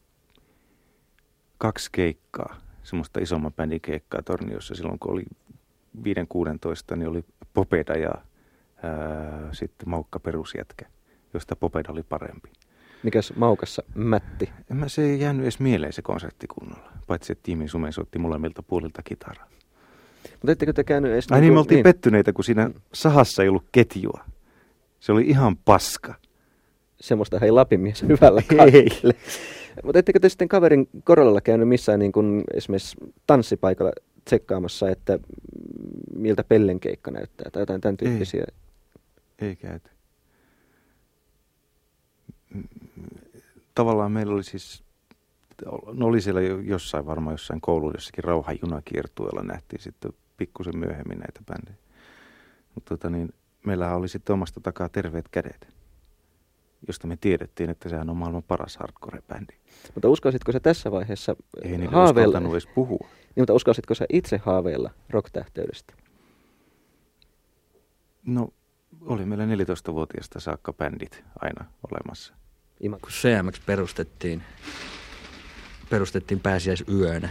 2 keikkaa, semmoista isomman bändin keikkaa Torniossa. Silloin kun oli 5-16, niin oli Popeda ja sitten Maukka perusjätkä, josta Popeda oli parempi. Mikäs Maukassa Mätti? Se ei jäänyt edes mieleen se konsertti kunnolla, paitsi että Jimi Sume soitti molemmilta puolilta kitaraa. Mutta ettekö te käynyt edes... Ai niin, me oltiin pettyneitä, kun siinä sahassa ei ollut ketjua. Se oli ihan paska. Semmoista ei Lapin mies hyvällä kaikille. Mutta ettekö te sitten kaverin korolla käynyt missään niin kuin esimerkiksi tanssipaikalla tsekkaamassa, että miltä pellenkeikka näyttää tai jotain tämän tyyppisiä? Ei käyty. Tavallaan meillä oli siis, oli siellä varmaan jossain koululla, jossakin Rauhan junakiertueella nähtiin sitten pikkusen myöhemmin näitä bändejä. Mutta meillähän oli sitten omasta takaa Terveet kädet, josta me tiedettiin, että sehän on maailman paras hardcore-bändi. Mutta uskalsitko sä tässä vaiheessa ei niillä uskaltanut edes puhua. Niin, mutta uskalsitko sä itse haaveilla rock-tähteydestä? No, oli meillä 14-vuotiaasta saakka bändit aina olemassa. Kun CMX perustettiin pääsiäisyönä.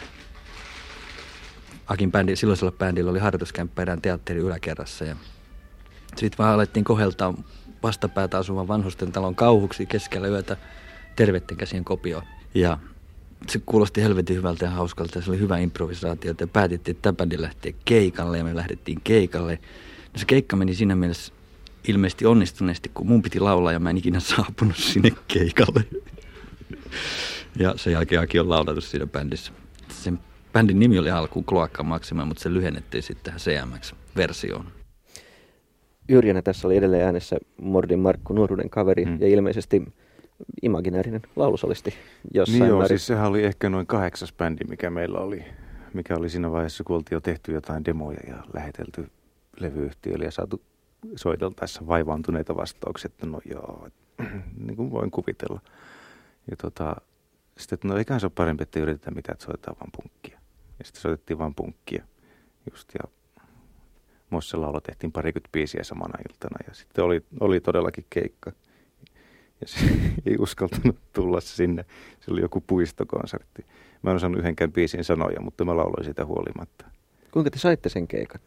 Akin silloisella bändillä oli harjoituskämppä erään teatterin yläkerrassa. Ja sitten vaan alettiin koheltaa vastapäätä asuvan vanhusten talon kauhuksi keskellä yötä Terveitten käsien kopioon. Ja se kuulosti helvetin hyvältä ja hauskalta ja se oli hyvä improvisaatio. Ja päätettiin, että tämä bändi lähtee keikalle ja me lähdettiin keikalle. No se keikka meni siinä mielessä ilmeisesti onnistuneesti, kun mun piti laulaa ja mä en ikinä saapunut sinne keikalle. Ja sen jälkeen Aki on laulatus siinä bändissä. Sen bändin nimi oli alkuun Kloakka Maxima, mutta se lyhennettiin sitten tähän CMX-versioon. Yrjänä tässä oli edelleen äänessä Mordin Markku, nuoruuden kaveri ja ilmeisesti imaginäärinen laulusolisti jossain niin joo, määrin. siis sehän oli ehkä noin 8. bändi, mikä oli siinä vaiheessa, kun oltiin jo tehty jotain demoja ja lähetelty levyyhtiölle ja saatu soiteltaessa vaivaantuneita vastauksia, että no joo, niin kuin voin kuvitella. Ja sitten, että no eiköhän se ole parempi, että yritetään mitään, että soitetaan vaan punkkia. Ja sitten soitettiin vaan punkkia just ja Mossen laulo tehtiin 20 biisiä samana iltana ja sitten oli todellakin keikka. Ja se ei uskaltanut tulla sinne. Se oli joku puistokonsertti. Mä en osannut yhdenkään biisin sanoja, mutta mä lauloin sitä huolimatta. Kuinka te saitte sen keikan?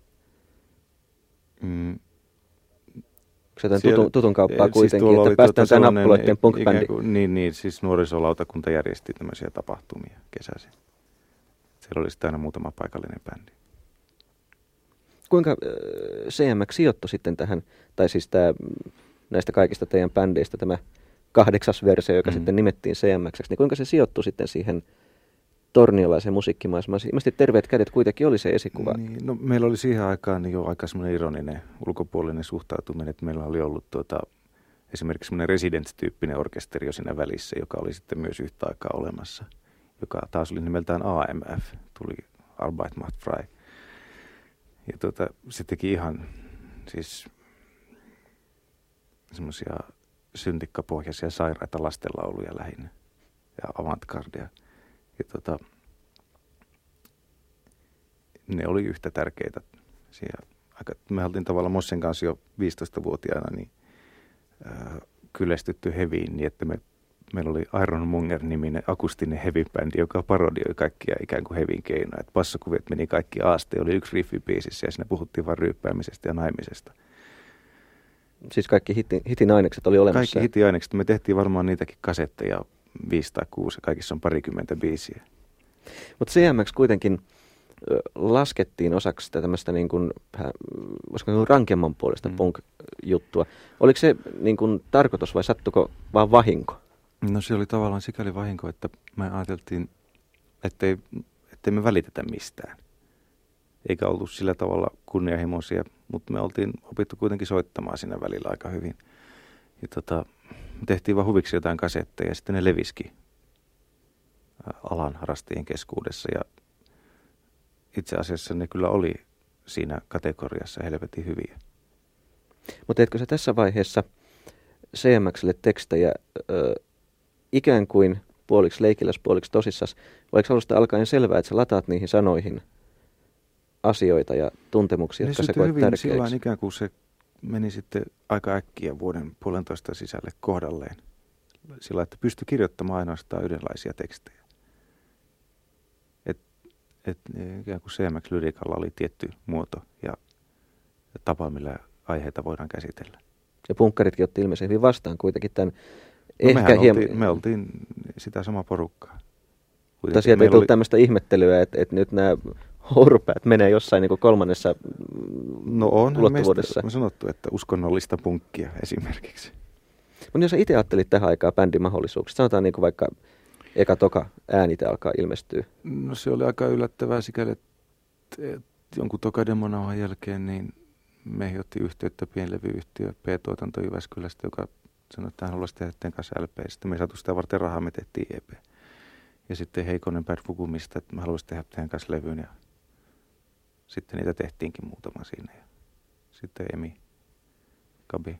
Se tutun kauppaa kuitenkin, siis että päästään tämän nappuloiden punk-bändi. Niin, siis nuorisolautakunta järjesti tämmöisiä tapahtumia kesäisin. Siellä oli sitten aina muutama paikallinen bändi. Kuinka CMX sijoittui sitten tähän, tai siis näistä kaikista teidän bändeistä tämä 8. versio, joka sitten nimettiin CMX:ksi, niin kuinka se sijoittui sitten siihen torniolaisen musiikkimaailmaan? Ilmeisesti Terveet kädet kuitenkin oli se esikuva. Niin, no, meillä oli siihen aikaan jo aika semmoinen ironinen ulkopuolinen suhtautuminen, että meillä oli ollut esimerkiksi semmoinen Residents-tyyppinen orkesteri jo siinä välissä, joka oli sitten myös yhtä aikaa olemassa, joka taas oli nimeltään AMF, tuli Arbeit macht frei. Ja se teki ihan siis semmoisia syntikkapohjaisia sairaita lastenlauluja lähinnä ja avantgardia. Ja ne oli yhtä tärkeitä. Me oltiin tavallaan Mossen kanssa jo 15-vuotiaana niin, kyllästytty heviin niin, että meillä oli Iron Monger-niminen akustinen heavy-bändi, joka parodioi kaikkia ikään kuin hevin keinoja. Bassokuviot meni kaikki aasteen, oli yksi riffi biisissä ja siinä puhuttiin vain ryyppäämisestä ja naimisesta. Siis kaikki hitin-ainekset oli olemassa? Kaikki hitin-ainekset. Me tehtiin varmaan niitäkin kasetteja 5 tai 6 ja kaikissa on 20 biisiä. Mutta CMX kuitenkin laskettiin osaksi sitä tämmöistä niin kuin, rankemman puolesta punk-juttua. Oliko se niin kuin tarkoitus vai sattuko vaan vahinko? No se oli tavallaan sikäli vahinko, että me ajateltiin, ettei me välitetä mistään. Eikä oltu sillä tavalla kunnianhimoisia, mutta me oltiin opittu kuitenkin soittamaan siinä välillä aika hyvin. Ja me tehtiin vaan huviksi jotain kasetteja ja sitten ne levisikin alan harrastajien keskuudessa. Ja itse asiassa ne kyllä oli siinä kategoriassa helvetin hyviä. Mutta teetkö sä tässä vaiheessa CMX:lle tekstejä ikään kuin puoliksi leikilläs, puoliksi tosissas? Vai eikö alusta alkaen selvää, että sä lataat niihin sanoihin asioita ja tuntemuksia, jotka sä koet tärkeiksi? Silloin ikään kuin se meni sitten aika äkkiä vuoden puolentoista sisälle kohdalleen. Sillä että pystyi kirjoittamaan ainoastaan yhdenlaisia tekstejä. Ikään kuin CMX-lyrikalla oli tietty muoto ja tapa, millä aiheita voidaan käsitellä. Ja punkkaritkin otti ilmeisesti hyvin vastaan kuitenkin tämän me oltiin sitä samaa porukkaa. Mutta sieltä ei tullut tämmöistä ihmettelyä, että nyt nämä hourupäät menee jossain niin kuin kolmannessa ulottuvuudessa. On sanottu, että uskonnollista punkkia esimerkiksi. Mutta jos sä itse ajattelit tähän aikaan bändin mahdollisuuksista, sanotaan niin kuin vaikka eka toka äänite alkaa ilmestyä. No se oli aika yllättävää sikäli, että jonkun toka demonauhan jälkeen niin meihin otti yhteyttä pienlevyyhtiö P-tuotanto Jyväskylästä, joka sanoi, että hän haluaisi tehdä teidän kanssa LP. Sitten me saatu sitä varten rahaa, me tehtiin EP. Ja sitten Heikonen Bad Fukumista, että mä haluaisin tehdä teidän kanssa levyyn. Ja sitten niitä tehtiinkin muutama siinä. Ja sitten Emi, Gabi.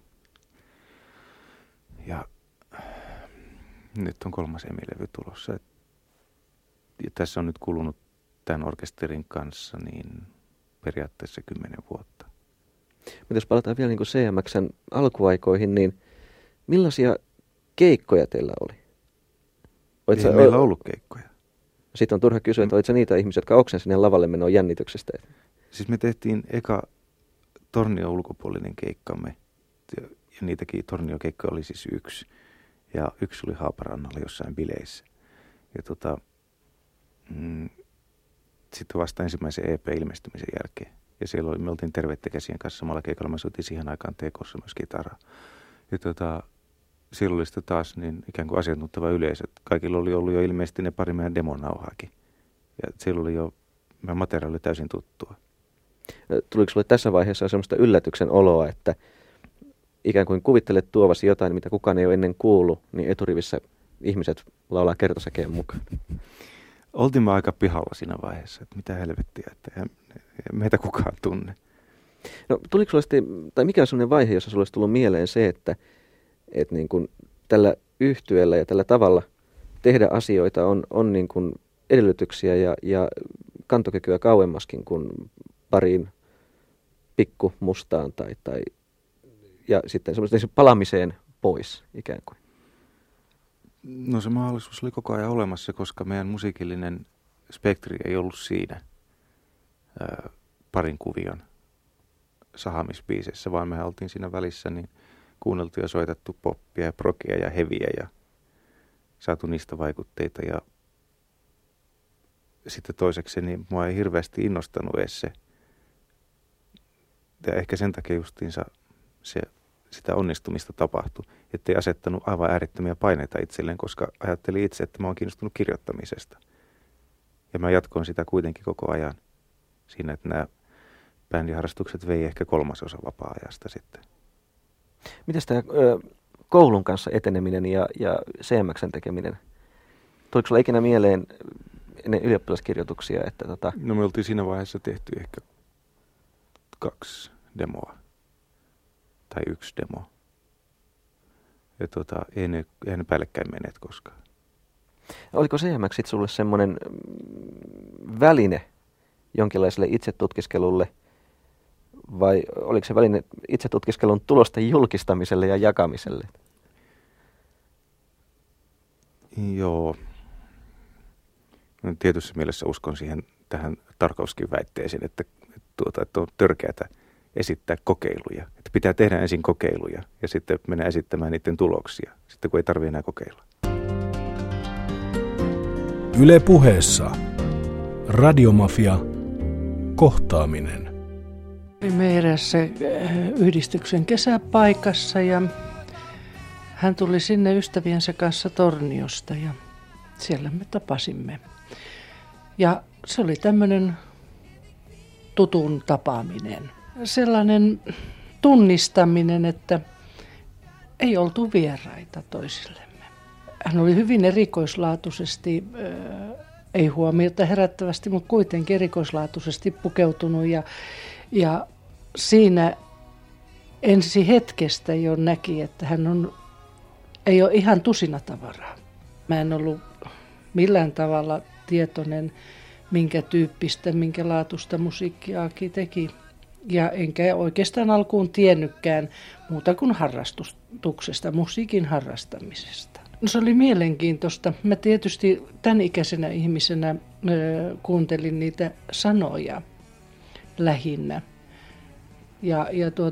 Ja nyt on 3. Emi-levy tulossa. Ja tässä on nyt kulunut tämän orkesterin kanssa niin periaatteessa 10 vuotta. Mutta jos palataan vielä niin kuin CMX:n alkuaikoihin, niin millaisia keikkoja teillä oli? Ei meillä ollut keikkoja. Sitten on turha kysyä, että olit sä niitä ihmisiä, jotka oksensi sinne lavalle menoon jännityksestä? Siis me tehtiin eka Tornion ulkopuolinen keikkamme. Ja niitäkin Tornio-keikkoja oli siis 1. Ja 1 oli Haaparannalla jossain bileissä. Ja sitten vasta ensimmäisen EP-ilmestymisen jälkeen. Ja siellä me oltiin Terveitten käsien kanssa samalla keikalla. Mä soitin siihen aikaan tekossa myös kitaraa. Ja siellä oli sitten taas niin ikään kuin asiantunteva yleisö. Kaikilla oli ollut jo ilmeisesti ne pari meidän demonauhaakin. Ja siellä oli jo, meidän materiaali oli täysin tuttua. Tuliko sinulle tässä vaiheessa sellaista yllätyksen oloa, että ikään kuin kuvittelet tuovasi jotain, mitä kukaan ei ole ennen kuullut, niin eturivissä ihmiset laulaa kertosäkeen mukaan? Oltiin me aika pihalla siinä vaiheessa, että mitä helvettiä, että eihän meitä kukaan tunne. No tuliko sulle sitten, tai mikä on sellainen vaihe, jossa sulle olisi tullut mieleen se, että niin kuin tällä yhtyeellä ja tällä tavalla tehdä asioita on niin kuin edellytyksiä ja kantokykyä kauemmaskin kuin pariin pikku mustaan tai ja sitten semmoisen palaamiseen pois ikään kuin? No se mahdollisuus oli koko ajan olemassa, koska meidän musiikillinen spektri ei ollut siinä parin kuvion sahamisbiiseissä, vaan me oltiin siinä välissä niin kuunneltu ja soitettu poppia ja progia ja heviä ja saatu niistä vaikutteita. Ja sitten toiseksi niin mua ei hirveästi innostanut edes se. Ja ehkä sen takia justiinsa sitä onnistumista tapahtui, ettei asettanut aivan äärettömiä paineita itselleen, koska ajattelin itse, että mä oon kiinnostunut kirjoittamisesta. Ja mä jatkoin sitä kuitenkin koko ajan siinä, että nämä bändiharrastukset vei ehkä 1/3 vapaa-ajasta sitten. Mites tämä koulun kanssa eteneminen ja CMX:n tekeminen? Tuliko sulla ikinä mieleen ennen ylioppilaskirjoituksia, että No me oltiin siinä vaiheessa tehty ehkä 2 demoa. Tai 1 demo. Ja ei ne päällekkäin menneet koskaan. Oliko CMX sit sulle semmoinen väline jonkinlaiselle itsetutkiskelulle, vai oliko se väline itsetutkiskelun tulosten julkistamiselle ja jakamiselle? Joo. Tietyssä mielessä uskon tähän Tarkovskin väitteeseen, että on törkeätä esittää kokeiluja. Että pitää tehdä ensin kokeiluja ja sitten mennä esittämään niiden tuloksia, sitten kun ei tarvitse enää kokeilla. Yle Puheessa. Radiomafia. Kohtaaminen. Olimme erässä yhdistyksen kesäpaikassa ja hän tuli sinne ystäviensä kanssa Torniosta ja siellä me tapasimme. Ja se oli tämmöinen tutun tapaaminen. Sellainen tunnistaminen, että ei oltu vieraita toisillemme. Hän oli hyvin erikoislaatuisesti, ei huomiota herättävästi, mutta kuitenkin erikoislaatuisesti pukeutunut ja siinä ensi hetkestä jo näki, että hän ei ole ihan tusinatavaraa. Mä en ollut millään tavalla tietoinen, minkä tyyppistä, minkä laatusta musiikkia Aki teki. Ja enkä oikeastaan alkuun tiennytkään muuta kuin harrastuksesta, musiikin harrastamisesta. No, se oli mielenkiintoista. Mä tietysti tämän ikäisenä ihmisenä kuuntelin niitä sanoja lähinnä. Ja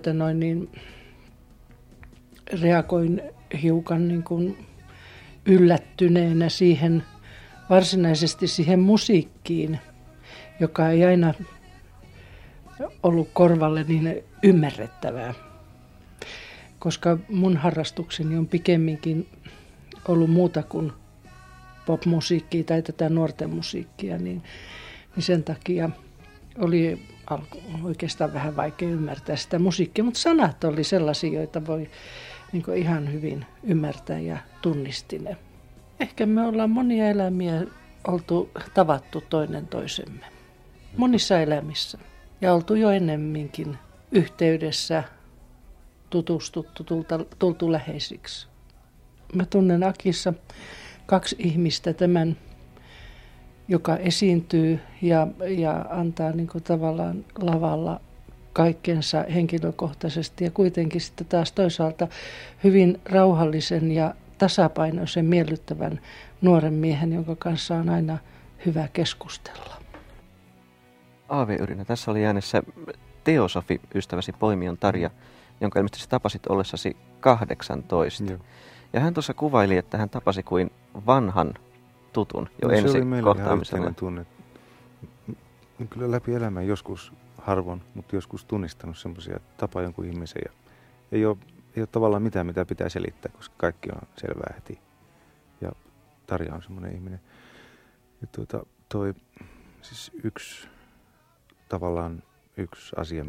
reagoin hiukan niin kuin yllättyneenä varsinaisesti siihen musiikkiin, joka ei aina ollut korvalle niin ymmärrettävää. Koska mun harrastukseni on pikemminkin ollut muuta kuin popmusiikkia tai tätä nuorten musiikkia, niin sen takia oli oikeastaan vähän vaikea ymmärtää sitä musiikkia, mutta sanat oli sellaisia, joita voi niin kuin ihan hyvin ymmärtää ja tunnisti ne. Ehkä me ollaan monia elämiä tavattu toinen toisemme. Monissa elämissä. Ja oltu jo ennemminkin yhteydessä, tutustuttu, tultu läheisiksi. Mä tunnen Akissa 2 ihmistä, tämän, joka esiintyy ja antaa niin kuin tavallaan lavalla kaikkensa henkilökohtaisesti ja kuitenkin sitten taas toisaalta hyvin rauhallisen ja tasapainoisen, miellyttävän nuoren miehen, jonka kanssa on aina hyvä keskustella. Aave Yrjönä, tässä oli äänessä teosofi, ystäväsi poimion Tarja, jonka ilmeisesti tapasit ollessasi 18. Joo. Ja hän tuossa kuvaili, että hän tapasi kuin vanhan tutun jo ensi kohtaamisella. Se oli tunne. Kyllä läpi elämän joskus harvoin, mutta joskus tunnistanut semmoisia, että tapaa jonkun ihmisen ja ei ole tavallaan mitään, mitä pitää selittää, koska kaikki on selvää heti. Ja Tarja on semmoinen ihminen. Ja siis yksi tavallaan yksi asia,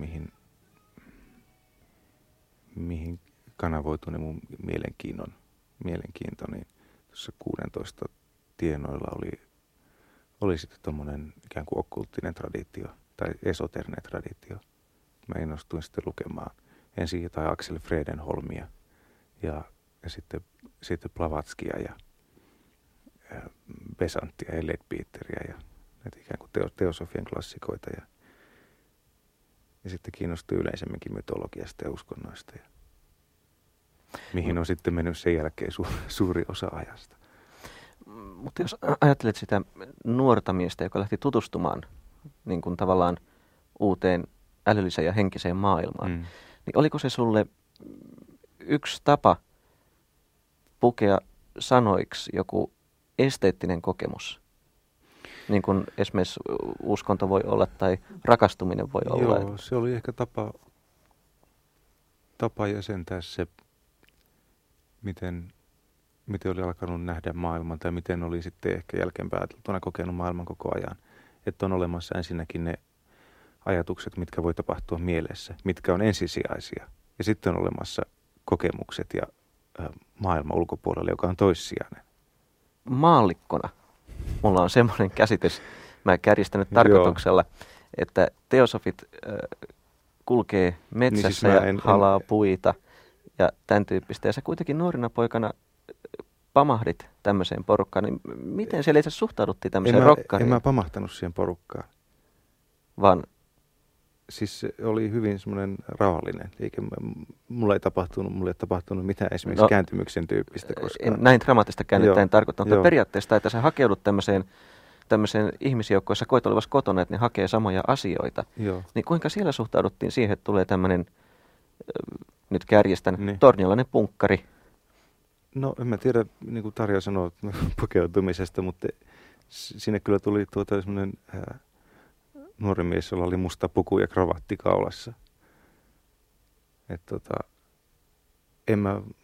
mihin kanavoitui mun mielenkiinto, niin tuossa 16 tienoilla oli sitten tommonen ikään kuin okkulttinen traditio tai esoterinen traditio. Mä innostuin sitten lukemaan ensin jotain Axel Fredenholmia ja sitten Blavatskia ja Besanttia ja Leadbeateria ja näitä ikään kuin teosofian klassikoita ja sitten kiinnostui yleisemminkin mytologiasta ja uskonnoista ja mihin on sitten mennyt sen jälkeen suuri osa ajasta. Mutta jos ajattelet sitä nuorta miestä, joka lähti tutustumaan niin kuin tavallaan uuteen älylliseen ja henkiseen maailmaan, niin oliko se sulle yksi tapa pukea sanoiksi joku esteettinen kokemus? Niin kuin esimerkiksi uskonto voi olla tai rakastuminen voi olla. Joo, se oli ehkä tapa jäsentää se, miten oli alkanut nähdä maailman tai miten oli sitten ehkä jälkeenpäin ajateltuna kokenut maailman koko ajan. Että on olemassa ensinnäkin ne ajatukset, mitkä voi tapahtua mielessä, mitkä on ensisijaisia. Ja sitten on olemassa kokemukset ja maailma ulkopuolella, joka on toissijainen. Maallikkona mulla on semmoinen käsitys, mä kärjistän nyt tarkoituksella, että teosofit kulkee metsässä niin siis halaa puita ja tämän tyyppistä. Ja sä kuitenkin nuorina poikana pamahdit tämmöiseen porukkaan, niin miten siellä itse suhtauduttiin tämmöiseen rokkariin? En mä pamahtanut siihen porukkaan. Vaan? Siis se oli hyvin semmoinen rauhallinen liike. Mulle ei tapahtunut mitään esimerkiksi kääntymyksen tyyppistä koskaan. Näin dramaattista käännettä en tarkoittanut, mutta periaatteessa, että sä hakeudut tämmöiseen ihmisjoukkoon, jossa koet olevasi kotona, että ne hakee samoja asioita. Joo. Niin kuinka siellä suhtauduttiin siihen, että tulee tämmöinen, nyt kärjestän, torniolainen punkkari? No en mä tiedä, niin kuin Tarja sanoi pukeutumisesta, mutta sinne kyllä tuli semmoinen nuori mies, jolla oli musta puku ja kravatti kaulassa. En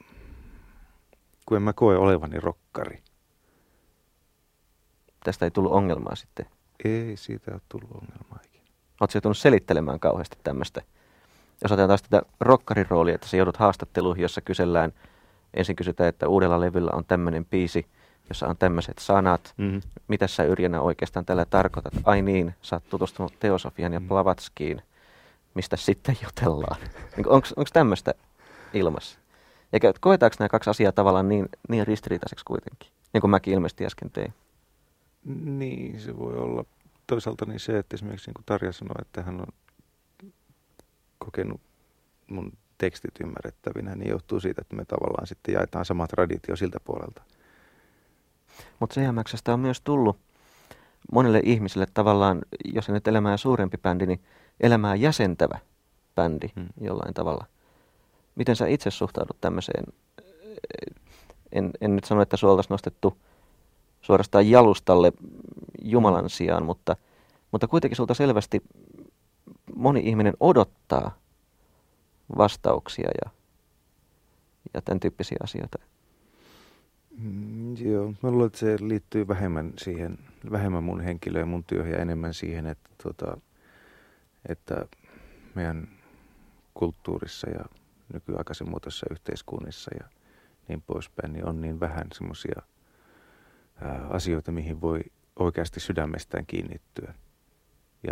mä koe olevani rokkari. Tästä ei tullut ongelmaa sitten? Ei siitä ole tullut ongelmaa ikinä. Oletko joutunut selittelemään kauheasti tämmöistä? Jos otetaan taas tätä rokkarin roolia, että sä joudut haastatteluihin, jossa ensin kysytään, että uudella levyllä on tämmöinen biisi, jossa on tämmöiset sanat. Mitä sä Yrjänä oikeastaan tällä tarkoitat? Ai niin, sä oot tutustunut teosofiaan ja Blavatskiin. Mistä sitten jutellaan? Onko tämmöistä ilmassa? Eikä koetaanko nämä kaksi asiaa tavallaan niin ristiriitaiseksi kuitenkin? Niin kuin mäkin ilmeisesti äsken tein. Niin, se voi olla. Toisaalta niin se, että esimerkiksi niin kuin Tarja sanoi, että hän on kokenut mun tekstit ymmärrettävinä, niin johtuu siitä, että me tavallaan sitten jaetaan sama traditio siltä puolelta. Mutta CMX:stä on myös tullut monelle ihmiselle tavallaan, jos ei nyt elämää suurempi bändi, niin elämää jäsentävä bändi jollain tavalla. Miten sä itse suhtaudut tämmöiseen? En nyt sano, että sua oltaisiin nostettu suorastaan jalustalle Jumalan sijaan, mutta kuitenkin sulta selvästi moni ihminen odottaa vastauksia ja tämän tyyppisiä asioita. Joo, mä luulen, että se liittyy vähemmän mun henkilöön ja mun työhön ja enemmän siihen, että meidän kulttuurissa ja nykyaikaisen muotoisessa yhteiskunnissa ja niin poispäin, niin on niin vähän semmoisia asioita, mihin voi oikeasti sydämestään kiinnittyä. Ja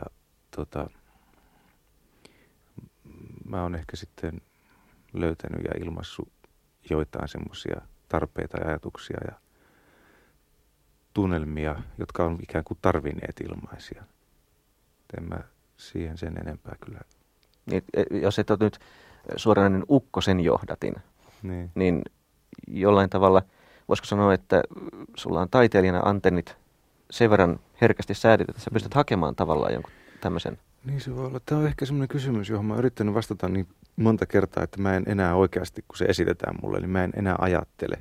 mä oon ehkä sitten löytänyt ja ilmaissut joitain semmoisia tarpeita ja ajatuksia ja tunnelmia, jotka on ikään kuin tarvinneet ilmaisia. En mä siihen sen enempää kyllä. Jos et ole nyt suoranainen ukkosen johdatin, niin jollain tavalla voisiko sanoa, että sulla on taiteilijana antennit sen verran herkästi säädit, että sä pystyt hakemaan tavallaan jonkun tämmöisen. Niin se voi olla. Tämä on ehkä semmoinen kysymys, johon mä oon yrittänyt vastata niin monta kertaa, että mä en enää oikeasti, kun se esitetään mulle, niin mä en enää ajattele.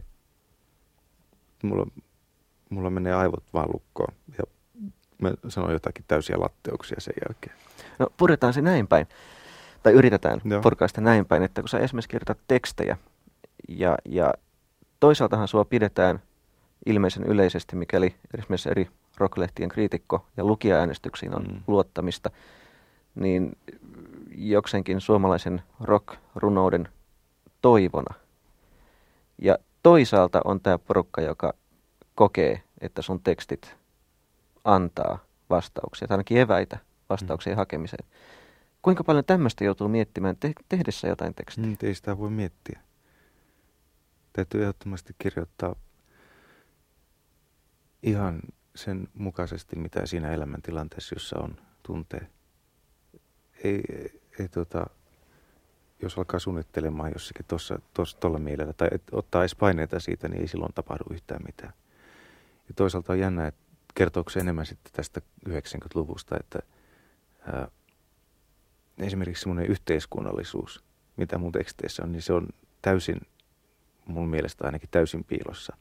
Mulla menee aivot vaan lukkoon ja mä sanon jotakin täysiä latteuksia sen jälkeen. No puretaan se näin päin, tai yritetään purkaa sitä näin päin, että kun sä esimerkiksi kirjoitat tekstejä ja toisaaltahan sua pidetään ilmeisen yleisesti, mikäli esimerkiksi eri rocklehtien kriitikko ja lukijaäänestyksiin on luottamista, niin jokseenkin suomalaisen rock-runouden toivona. Ja toisaalta on tämä porukka, joka kokee, että sun tekstit antaa vastauksia, tai ainakin eväitä vastauksien hakemiseen. Kuinka paljon tämmöistä joutuu miettimään tehdessä jotain tekstiä? Ei sitä voi miettiä. Täytyy ehdottomasti kirjoittaa ihan sen mukaisesti, mitä siinä elämäntilanteessa, jossa on, tuntee. Jos alkaa suunnittelemaan jossakin tuolla mielellä tai ottaa edes paineita siitä, niin ei silloin tapahdu yhtään mitään. Ja toisaalta on jännä, että kertooko se enemmän sitten tästä 90-luvusta, että esimerkiksi semmoinen yhteiskunnallisuus, mitä mun teksteissä on, niin se on täysin, mun mielestä ainakin täysin piilossa.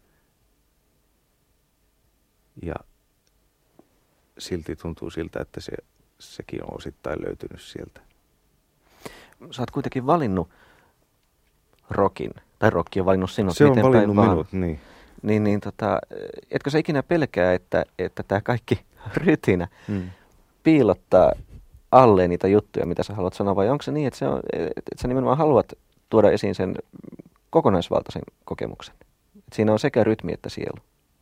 Ja silti tuntuu siltä, että sekin on osittain löytynyt sieltä. Sä oot kuitenkin valinnut rockin, tai rocki on valinnut sinut. Se on valinnut minut, niin. Etkö sä ikinä pelkää, että tämä kaikki rytinä piilottaa alle niitä juttuja, mitä sä haluat sanoa, vai onko se niin, että sä nimenomaan haluat tuoda esiin sen kokonaisvaltaisen kokemuksen? Et siinä on sekä rytmi että sielu.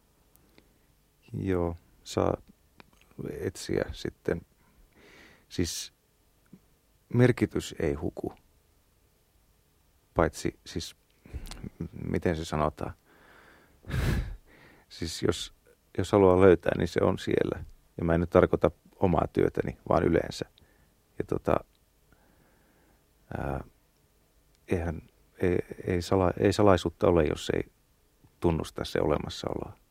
Joo, saa etsiä sitten. Siis merkitys ei huku. Paitsi, siis miten se sanotaan? Siis jos haluaa löytää, niin se on siellä. Ja mä en nyt tarkoita omaa työtäni, vaan yleensä. Ja ei salaisuutta ole, jos ei tunnusta se olemassaoloa.